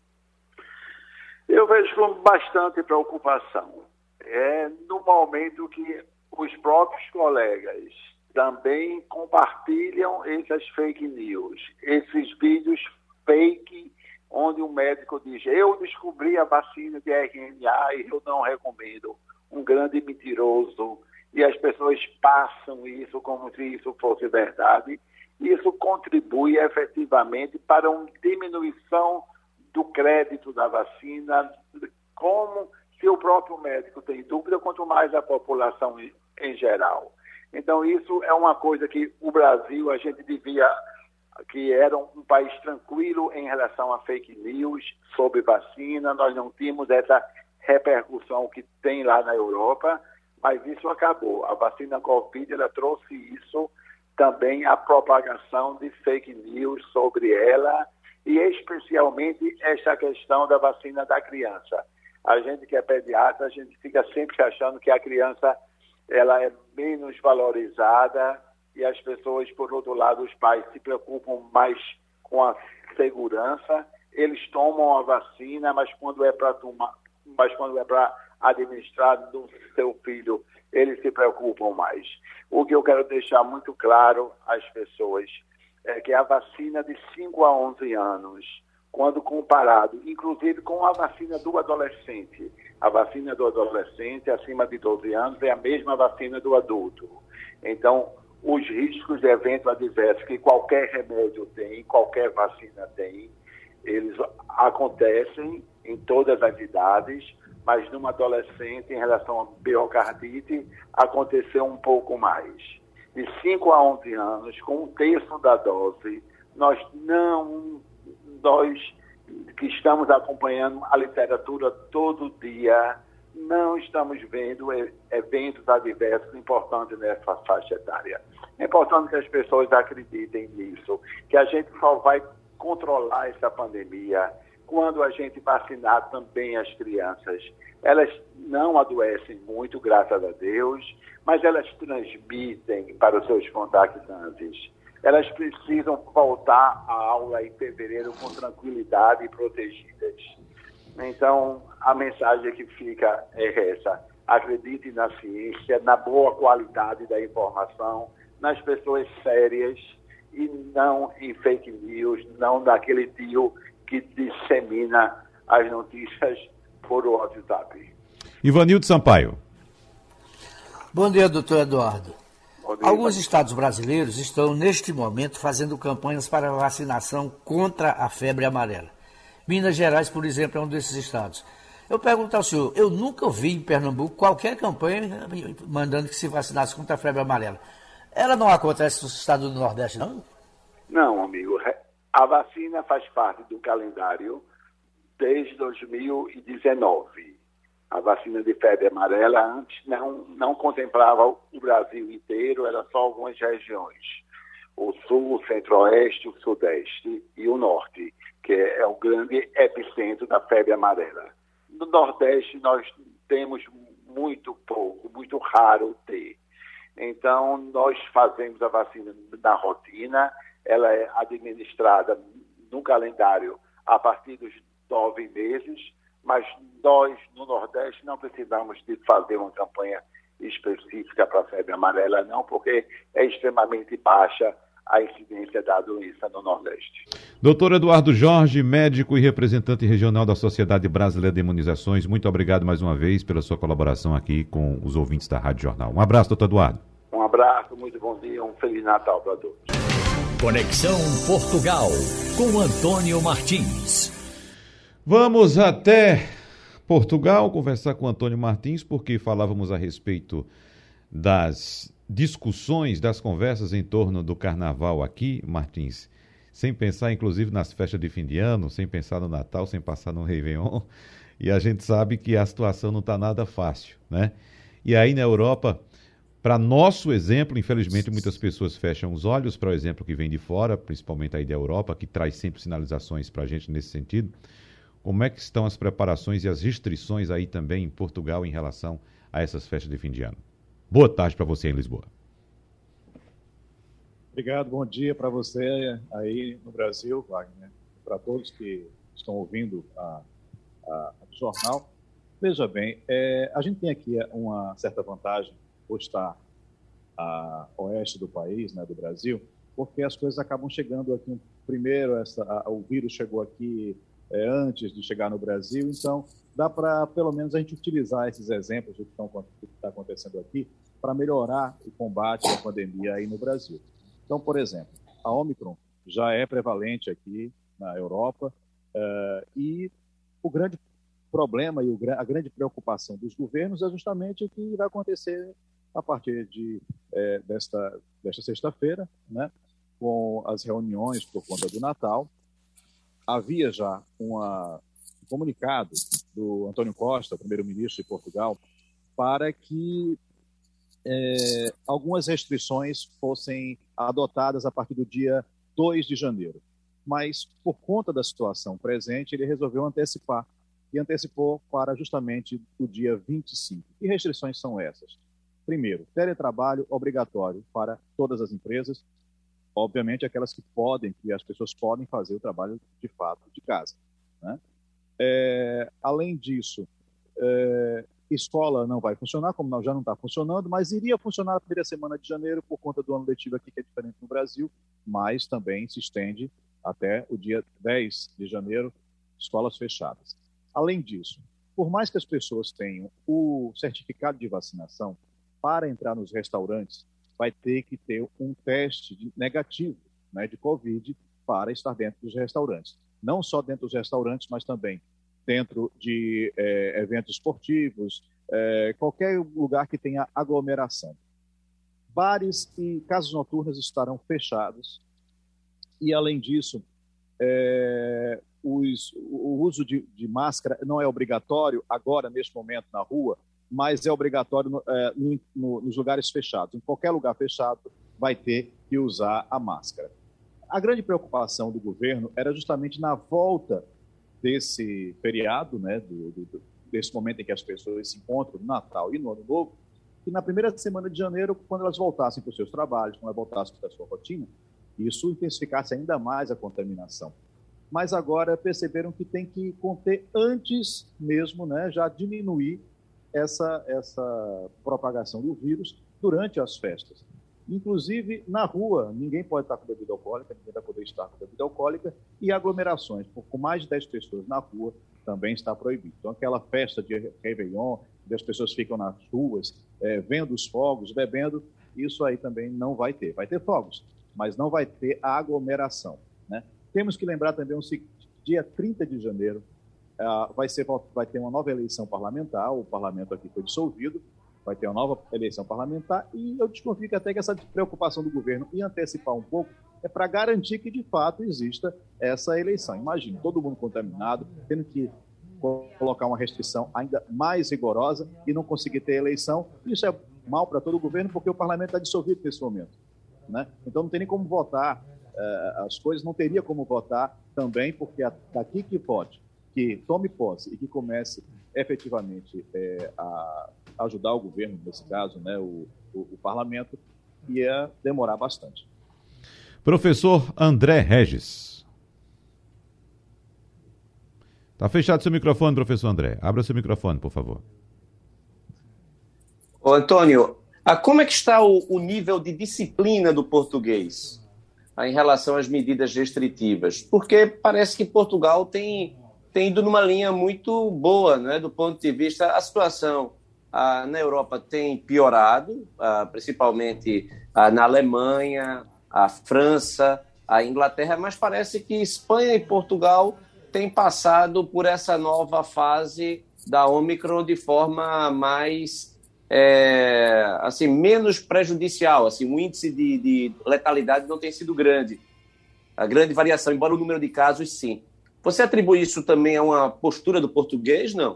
Eu vejo com bastante preocupação. No momento que os próprios colegas também compartilham essas fake news, esses vídeos fake, onde o médico diz, eu descobri a vacina de RNA e eu não recomendo. Um grande mentiroso. E as pessoas passam isso como se isso fosse verdade. Isso contribui efetivamente para uma diminuição do crédito da vacina, como se o próprio médico tem dúvida, quanto mais a população em geral. Então, isso é uma coisa que o Brasil, a gente devia, que era um país tranquilo em relação a fake news sobre vacina, nós não tínhamos essa repercussão que tem lá na Europa, mas isso acabou. A vacina Covid, ela trouxe isso, também a propagação de fake news sobre ela, e especialmente essa questão da vacina da criança. A gente que é pediatra, a gente fica sempre achando que a criança ela é menos valorizada e as pessoas, por outro lado, os pais se preocupam mais com a segurança, eles tomam a vacina, mas quando é para administrar no seu filho, eles se preocupam mais. O que eu quero deixar muito claro às pessoas é que a vacina de 5 a 11 anos, quando comparado, inclusive com a vacina do adolescente, a vacina do adolescente acima de 12 anos é a mesma vacina do adulto. Então, os riscos de evento adverso que qualquer remédio tem, qualquer vacina tem, eles acontecem em todas as idades, mas numa adolescente, em relação a miocardite, aconteceu um pouco mais. De 5 a 11 anos, com 1/3 da dose, nós que estamos acompanhando a literatura todo dia, não estamos vendo eventos adversos importantes nessa faixa etária. É importante que as pessoas acreditem nisso, que a gente só vai controlar essa pandemia quando a gente vacinar também as crianças, elas não adoecem muito, graças a Deus, mas elas transmitem para os seus contactantes. Elas precisam voltar à aula em fevereiro com tranquilidade e protegidas. Então, a mensagem que fica é essa: acredite na ciência, na boa qualidade da informação, nas pessoas sérias e não em fake news, não naquele tio que dissemina as notícias por WhatsApp. Ivanildo Sampaio. Bom dia, doutor Eduardo. Bom dia, Alguns estados brasileiros estão, neste momento, fazendo campanhas para vacinação contra a febre amarela. Minas Gerais, por exemplo, é um desses estados. Eu pergunto ao senhor, eu nunca vi em Pernambuco qualquer campanha mandando que se vacinasse contra a febre amarela. Ela não acontece nos estados do Nordeste, não? Não, amigo. A vacina faz parte do calendário desde 2019. A vacina de febre amarela antes não contemplava o Brasil inteiro, era só algumas regiões. O Sul, o Centro-Oeste, o Sudeste e o Norte, que é o grande epicentro da febre amarela. No Nordeste nós temos muito pouco, muito raro ter. Então nós fazemos a vacina na rotina, ela é administrada no calendário a partir dos 9 meses, mas nós, no Nordeste, não precisamos de fazer uma campanha específica para a febre amarela, não, porque é extremamente baixa a incidência da doença no Nordeste. Doutor Eduardo Jorge, médico e representante regional da Sociedade Brasileira de Imunizações, muito obrigado mais uma vez pela sua colaboração aqui com os ouvintes da Rádio Jornal. Um abraço, doutor Eduardo. Um abraço, muito bom dia, um Feliz Natal para todos. Conexão Portugal, com Antônio Martins. Vamos até Portugal conversar com Antônio Martins, porque falávamos a respeito das discussões, das conversas em torno do carnaval aqui, Martins, sem pensar inclusive nas festas de fim de ano, sem pensar no Natal, sem passar no Réveillon, e a gente sabe que a situação não está nada fácil, né? E aí na Europa, para nosso exemplo, infelizmente muitas pessoas fecham os olhos para o exemplo que vem de fora, principalmente aí da Europa, que traz sempre sinalizações para a gente nesse sentido. Como é que estão as preparações e as restrições aí também em Portugal em relação a essas festas de fim de ano? Boa tarde para você em Lisboa. Obrigado, bom dia para você aí no Brasil, Wagner, para todos que estão ouvindo o jornal. Veja bem, a gente tem aqui uma certa vantagem por estar a oeste do país, né, do Brasil, porque as coisas acabam chegando aqui primeiro, o vírus chegou aqui antes de chegar no Brasil, então dá para, pelo menos, a gente utilizar esses exemplos do que está acontecendo aqui para melhorar o combate à pandemia aí no Brasil. Então, por exemplo, a Omicron já é prevalente aqui na Europa e o grande problema e a grande preocupação dos governos é justamente o que vai acontecer a partir desta sexta-feira, né, com as reuniões por conta do Natal. Havia já um comunicado do António Costa, primeiro-ministro de Portugal, para que algumas restrições fossem adotadas a partir do dia 2 de janeiro. Mas, por conta da situação presente, ele resolveu antecipar, e antecipou para justamente o dia 25. Que restrições são essas? Primeiro, teletrabalho obrigatório para todas as empresas, obviamente aquelas que as pessoas podem fazer o trabalho de fato de casa, né? Além disso, escola não vai funcionar, como já não está funcionando, mas iria funcionar na primeira semana de janeiro por conta do ano letivo aqui, que é diferente no Brasil, mas também se estende até o dia 10 de janeiro, escolas fechadas. Além disso, por mais que as pessoas tenham o certificado de vacinação, para entrar nos restaurantes, vai ter que ter um teste negativo, né, de Covid para estar dentro dos restaurantes. Não só dentro dos restaurantes, mas também dentro de eventos esportivos, qualquer lugar que tenha aglomeração. Bares e casas noturnas estarão fechados e, além disso, o uso de máscara não é obrigatório agora, neste momento, na rua, mas é obrigatório nos lugares fechados. Em qualquer lugar fechado vai ter que usar a máscara. A grande preocupação do governo era justamente na volta desse feriado, né, desse momento em que as pessoas se encontram no Natal e no Ano Novo, que na primeira semana de janeiro, quando elas voltassem para os seus trabalhos, quando elas voltassem para a sua rotina, isso intensificasse ainda mais a contaminação. Mas agora perceberam que tem que conter antes mesmo, né, já diminuir essa propagação do vírus durante as festas. Inclusive, na rua, ninguém pode estar com bebida alcoólica, ninguém vai poder estar com bebida alcoólica, e aglomerações, com mais de 10 pessoas na rua, também está proibido. Então, aquela festa de Réveillon, onde as pessoas ficam nas ruas, vendo os fogos, bebendo, isso aí também não vai ter. Vai ter fogos, mas não vai ter a aglomeração, né? Temos que lembrar também o seguinte: dia 30 de janeiro vai ter uma nova eleição parlamentar, o parlamento aqui foi dissolvido, vai ter uma nova eleição parlamentar, e eu desconfio que até que essa preocupação do governo em antecipar um pouco é para garantir que, de fato, exista essa eleição. Imagina, todo mundo contaminado, tendo que colocar uma restrição ainda mais rigorosa e não conseguir ter eleição. Isso é mal para todo o governo, porque o parlamento está dissolvido nesse momento, né? Então não tem nem como votar as coisas, não teria como votar também, porque daqui que pode, que tome posse e que comece efetivamente a ajudar o governo, nesse caso, né, o parlamento, ia demorar bastante. Professor André Regis. Está fechado seu microfone, professor André. Abra seu microfone, por favor. Ô, Antônio, como é que está o nível de disciplina do português em relação às medidas restritivas? Porque parece que Portugal tem ido numa linha muito boa, né, do ponto de vista... A situação na Europa tem piorado, principalmente na Alemanha, a França, a Inglaterra, mas parece que Espanha e Portugal têm passado por essa nova fase da Ômicron de forma mais... assim, menos prejudicial, assim, o índice de letalidade não tem sido grande. A grande variação, embora o número de casos, sim. Você atribui isso também a uma postura do português, não?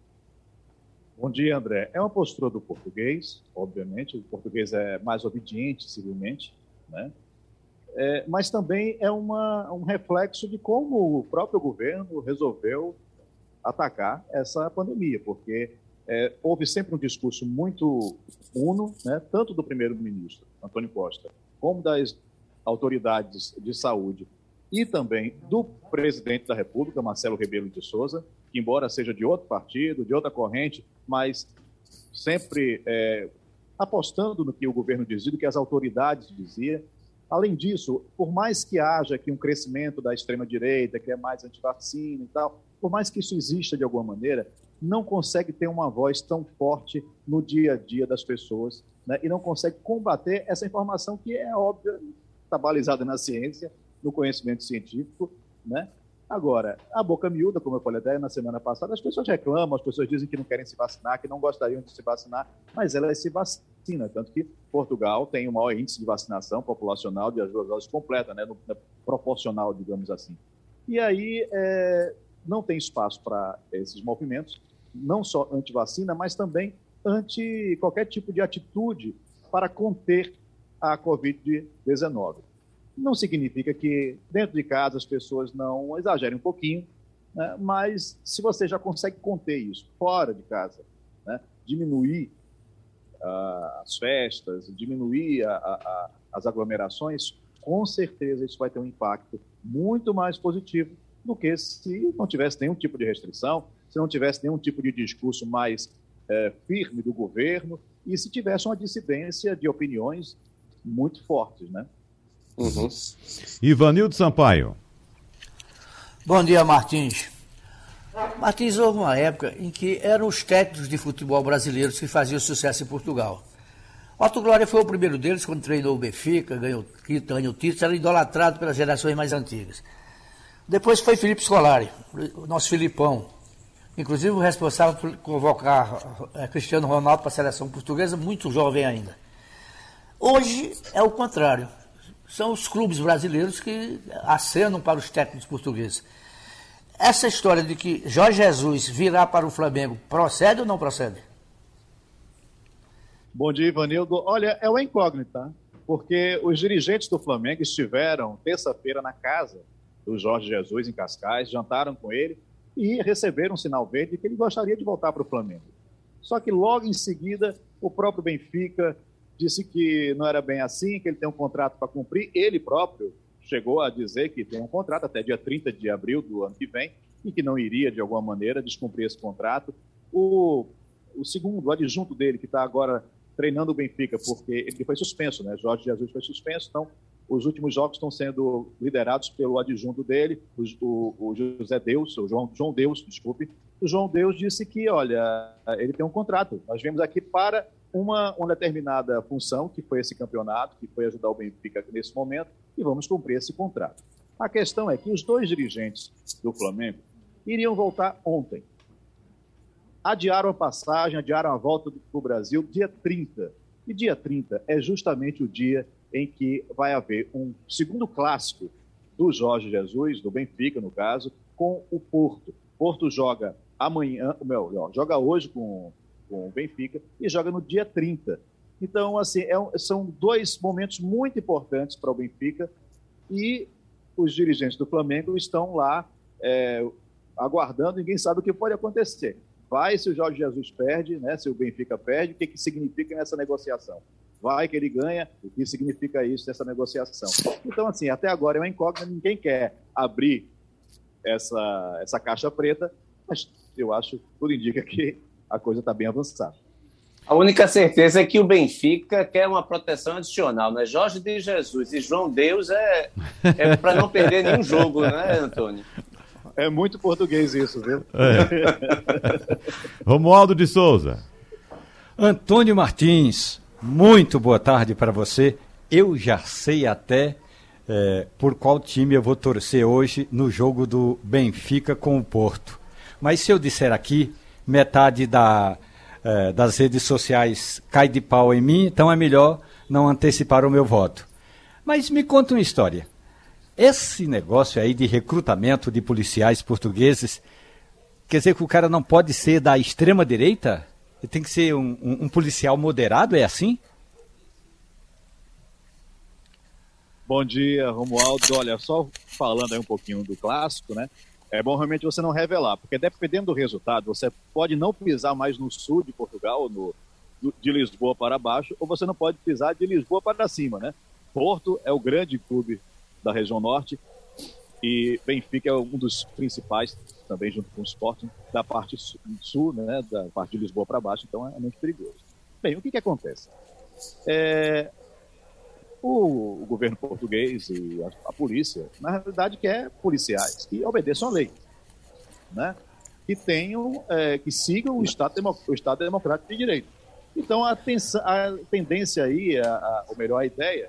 Bom dia, André. É uma postura do português, obviamente. O português é mais obediente, civilmente, né? Mas também é um reflexo de como o próprio governo resolveu atacar essa pandemia, porque houve sempre um discurso muito uno, né, tanto do primeiro-ministro, Antônio Costa, como das autoridades de saúde e também do presidente da República, Marcelo Rebelo de Sousa, que, embora seja de outro partido, de outra corrente, mas sempre apostando no que o governo dizia, no que as autoridades diziam. Além disso, por mais que haja aqui um crescimento da extrema-direita, que é mais antivacina e tal, por mais que isso exista de alguma maneira, não consegue ter uma voz tão forte no dia a dia das pessoas, né? E não consegue combater essa informação que é óbvia, está balizada na ciência, no conhecimento científico, né? Agora, a boca miúda, como eu falei até na semana passada, as pessoas reclamam, as pessoas dizem que não querem se vacinar, que não gostariam de se vacinar, mas elas se vacinam, tanto que Portugal tem o maior índice de vacinação populacional de as 2 doses completa, né? Proporcional, digamos assim. E aí não tem espaço para esses movimentos, não só anti-vacina, mas também anti qualquer tipo de atitude para conter a Covid-19. Não significa que dentro de casa as pessoas não exagerem um pouquinho, né? Mas se você já consegue conter isso fora de casa, né? Diminuir as festas, diminuir as aglomerações, com certeza isso vai ter um impacto muito mais positivo do que se não tivesse nenhum tipo de restrição, se não tivesse nenhum tipo de discurso mais firme do governo e se tivesse uma dissidência de opiniões muito fortes, né? Uhum. Ivanildo Sampaio. Bom dia, Martins. Martins, houve uma época em que eram os técnicos de futebol brasileiros que faziam sucesso em Portugal. Otto Glória foi o primeiro deles, quando treinou o Benfica, ganhou títulos, era idolatrado pelas gerações mais antigas. Depois foi Felipe Scolari, o nosso Filipão, inclusive o responsável por convocar Cristiano Ronaldo para a seleção portuguesa, muito jovem ainda. Hoje é o contrário. São os clubes brasileiros que acenam para os técnicos portugueses. Essa história de que Jorge Jesus virá para o Flamengo, procede ou não procede? Bom dia, Ivanildo. Olha, é uma incógnita, porque os dirigentes do Flamengo estiveram terça-feira na casa do Jorge Jesus, em Cascais, jantaram com ele e receber um sinal verde que ele gostaria de voltar para o Flamengo. Só que logo em seguida, o próprio Benfica disse que não era bem assim, que ele tem um contrato para cumprir. Ele próprio chegou a dizer que tem um contrato até dia 30 de abril do ano que vem e que não iria, de alguma maneira, descumprir esse contrato. O segundo, o adjunto dele, que está agora treinando o Benfica, porque ele foi suspenso, né? Jorge Jesus foi suspenso, então os últimos jogos estão sendo liderados pelo adjunto dele, o José Deus, o João Deus, desculpe. O João Deus disse que, olha, ele tem um contrato. Nós viemos aqui para uma determinada função, que foi esse campeonato, que foi ajudar o Benfica nesse momento, e vamos cumprir esse contrato. A questão é que os dois dirigentes do Flamengo iriam voltar ontem. Adiaram a passagem, adiaram a volta para o Brasil dia 30. E dia 30 é justamente o dia em que vai haver um segundo clássico do Jorge Jesus, do Benfica, no caso, com o Porto. O Porto joga amanhã, joga hoje com o Benfica e joga no dia 30. Então, assim, são dois momentos muito importantes para o Benfica e os dirigentes do Flamengo estão lá aguardando, ninguém sabe o que pode acontecer. Vai se o Jorge Jesus perde, né? Se o Benfica perde, o que significa nessa negociação? Vai que ele ganha, o que significa isso nessa negociação? Então, assim, até agora é uma incógnita, ninguém quer abrir essa caixa preta, mas eu acho, tudo indica que a coisa está bem avançada. A única certeza é que o Benfica quer uma proteção adicional, né? Jorge de Jesus e João Deus é para não perder nenhum jogo, né, Antônio? É muito português isso, viu? Romualdo de Souza. Antônio Martins, muito boa tarde para você. Eu já sei até por qual time eu vou torcer hoje no jogo do Benfica com o Porto. Mas se eu disser aqui, metade das redes sociais cai de pau em mim, então é melhor não antecipar o meu voto. Mas me conta uma história. Esse negócio aí de recrutamento de policiais portugueses, quer dizer que o cara não pode ser da extrema-direita? Ele tem que ser um policial moderado, é assim? Bom dia, Romualdo. Olha, só falando aí um pouquinho do clássico, né? É bom realmente você não revelar, porque dependendo do resultado, você pode não pisar mais no sul de Portugal, de Lisboa para baixo, ou você não pode pisar de Lisboa para cima, né? Porto é o grande clube da região norte e Benfica é um dos principais, também junto com o Sporting, da parte sul, né? Da parte de Lisboa para baixo, então é muito perigoso. Bem, o que acontece? O governo português e a polícia, na realidade, quer policiais que obedeçam à lei, né? Que que sigam o Estado Democrático de Direito. Então, a tendência aí, a ideia...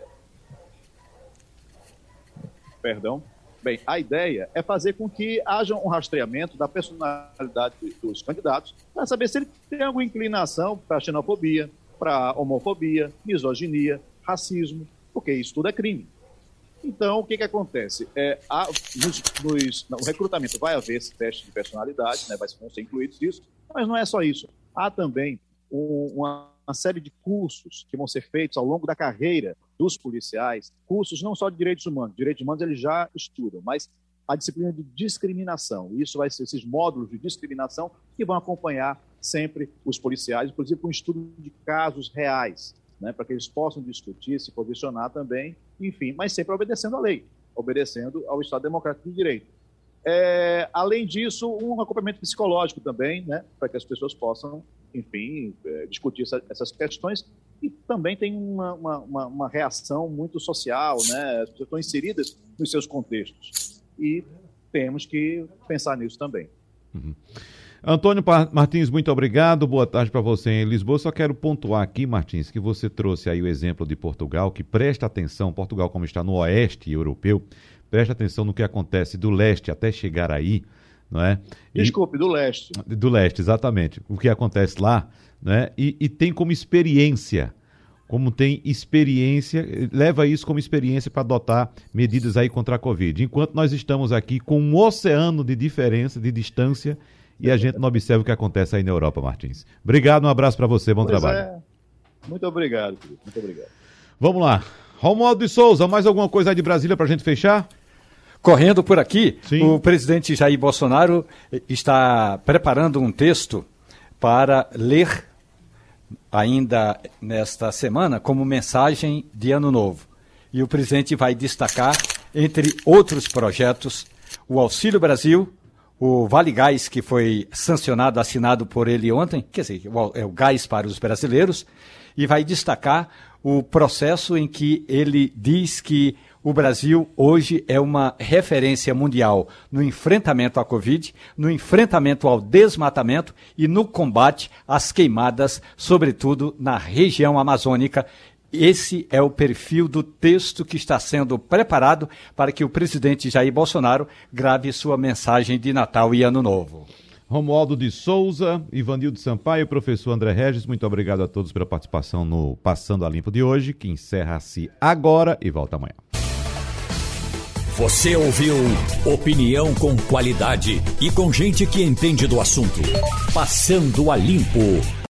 Bem, a ideia é fazer com que haja um rastreamento da personalidade dos candidatos para saber se ele tem alguma inclinação para xenofobia, para homofobia, misoginia, racismo, porque isso tudo é crime. Então, o que acontece? No recrutamento vai haver esse teste de personalidade, né, vão ser incluídos isso, mas não é só isso. Há também uma série de cursos que vão ser feitos ao longo da carreira dos policiais, cursos não só de direitos humanos eles já estudam, mas a disciplina de discriminação. Isso vai ser esses módulos de discriminação que vão acompanhar sempre os policiais, inclusive com estudo de casos reais, né, para que eles possam discutir, se posicionar também, enfim, mas sempre obedecendo à lei, obedecendo ao Estado Democrático de Direito. Além disso, um acompanhamento psicológico também, né, para que as pessoas possam, enfim, discutir essas questões, e também tem uma reação muito social, né, as pessoas estão inseridas nos seus contextos, e temos que pensar nisso também. Uhum. Antônio Martins, muito obrigado, boa tarde para você em Lisboa. Só quero pontuar aqui, Martins, que você trouxe aí o exemplo de Portugal, que presta atenção, Portugal como está no oeste europeu, presta atenção no que acontece do leste até chegar aí, não é? Desculpe, do leste. Do leste, exatamente, o que acontece lá, né? E tem como experiência, leva isso como experiência para adotar medidas aí contra a Covid. Enquanto nós estamos aqui com um oceano de diferença, de distância, e a gente não observa o que acontece aí na Europa, Martins. Obrigado, um abraço para você, bom trabalho. Muito obrigado, Felipe. Muito obrigado. Vamos lá. Romualdo de Souza, mais alguma coisa aí de Brasília para a gente fechar? correndo por aqui, Sim. O presidente Jair Bolsonaro está preparando um texto para ler ainda nesta semana como mensagem de Ano Novo. E o presidente vai destacar, entre outros projetos, o Auxílio Brasil, o Vale Gás, que foi sancionado, assinado por ele ontem, quer dizer, é o gás para os brasileiros, e vai destacar o processo em que ele diz que o Brasil hoje é uma referência mundial no enfrentamento à Covid, no enfrentamento ao desmatamento e no combate às queimadas, sobretudo na região amazônica. Esse é o perfil do texto que está sendo preparado para que o presidente Jair Bolsonaro grave sua mensagem de Natal e Ano Novo. Romualdo de Souza, Ivanildo Sampaio, professor André Regis, muito obrigado a todos pela participação no Passando a Limpo de hoje, que encerra-se agora e volta amanhã. Você ouviu opinião com qualidade e com gente que entende do assunto. Passando a Limpo.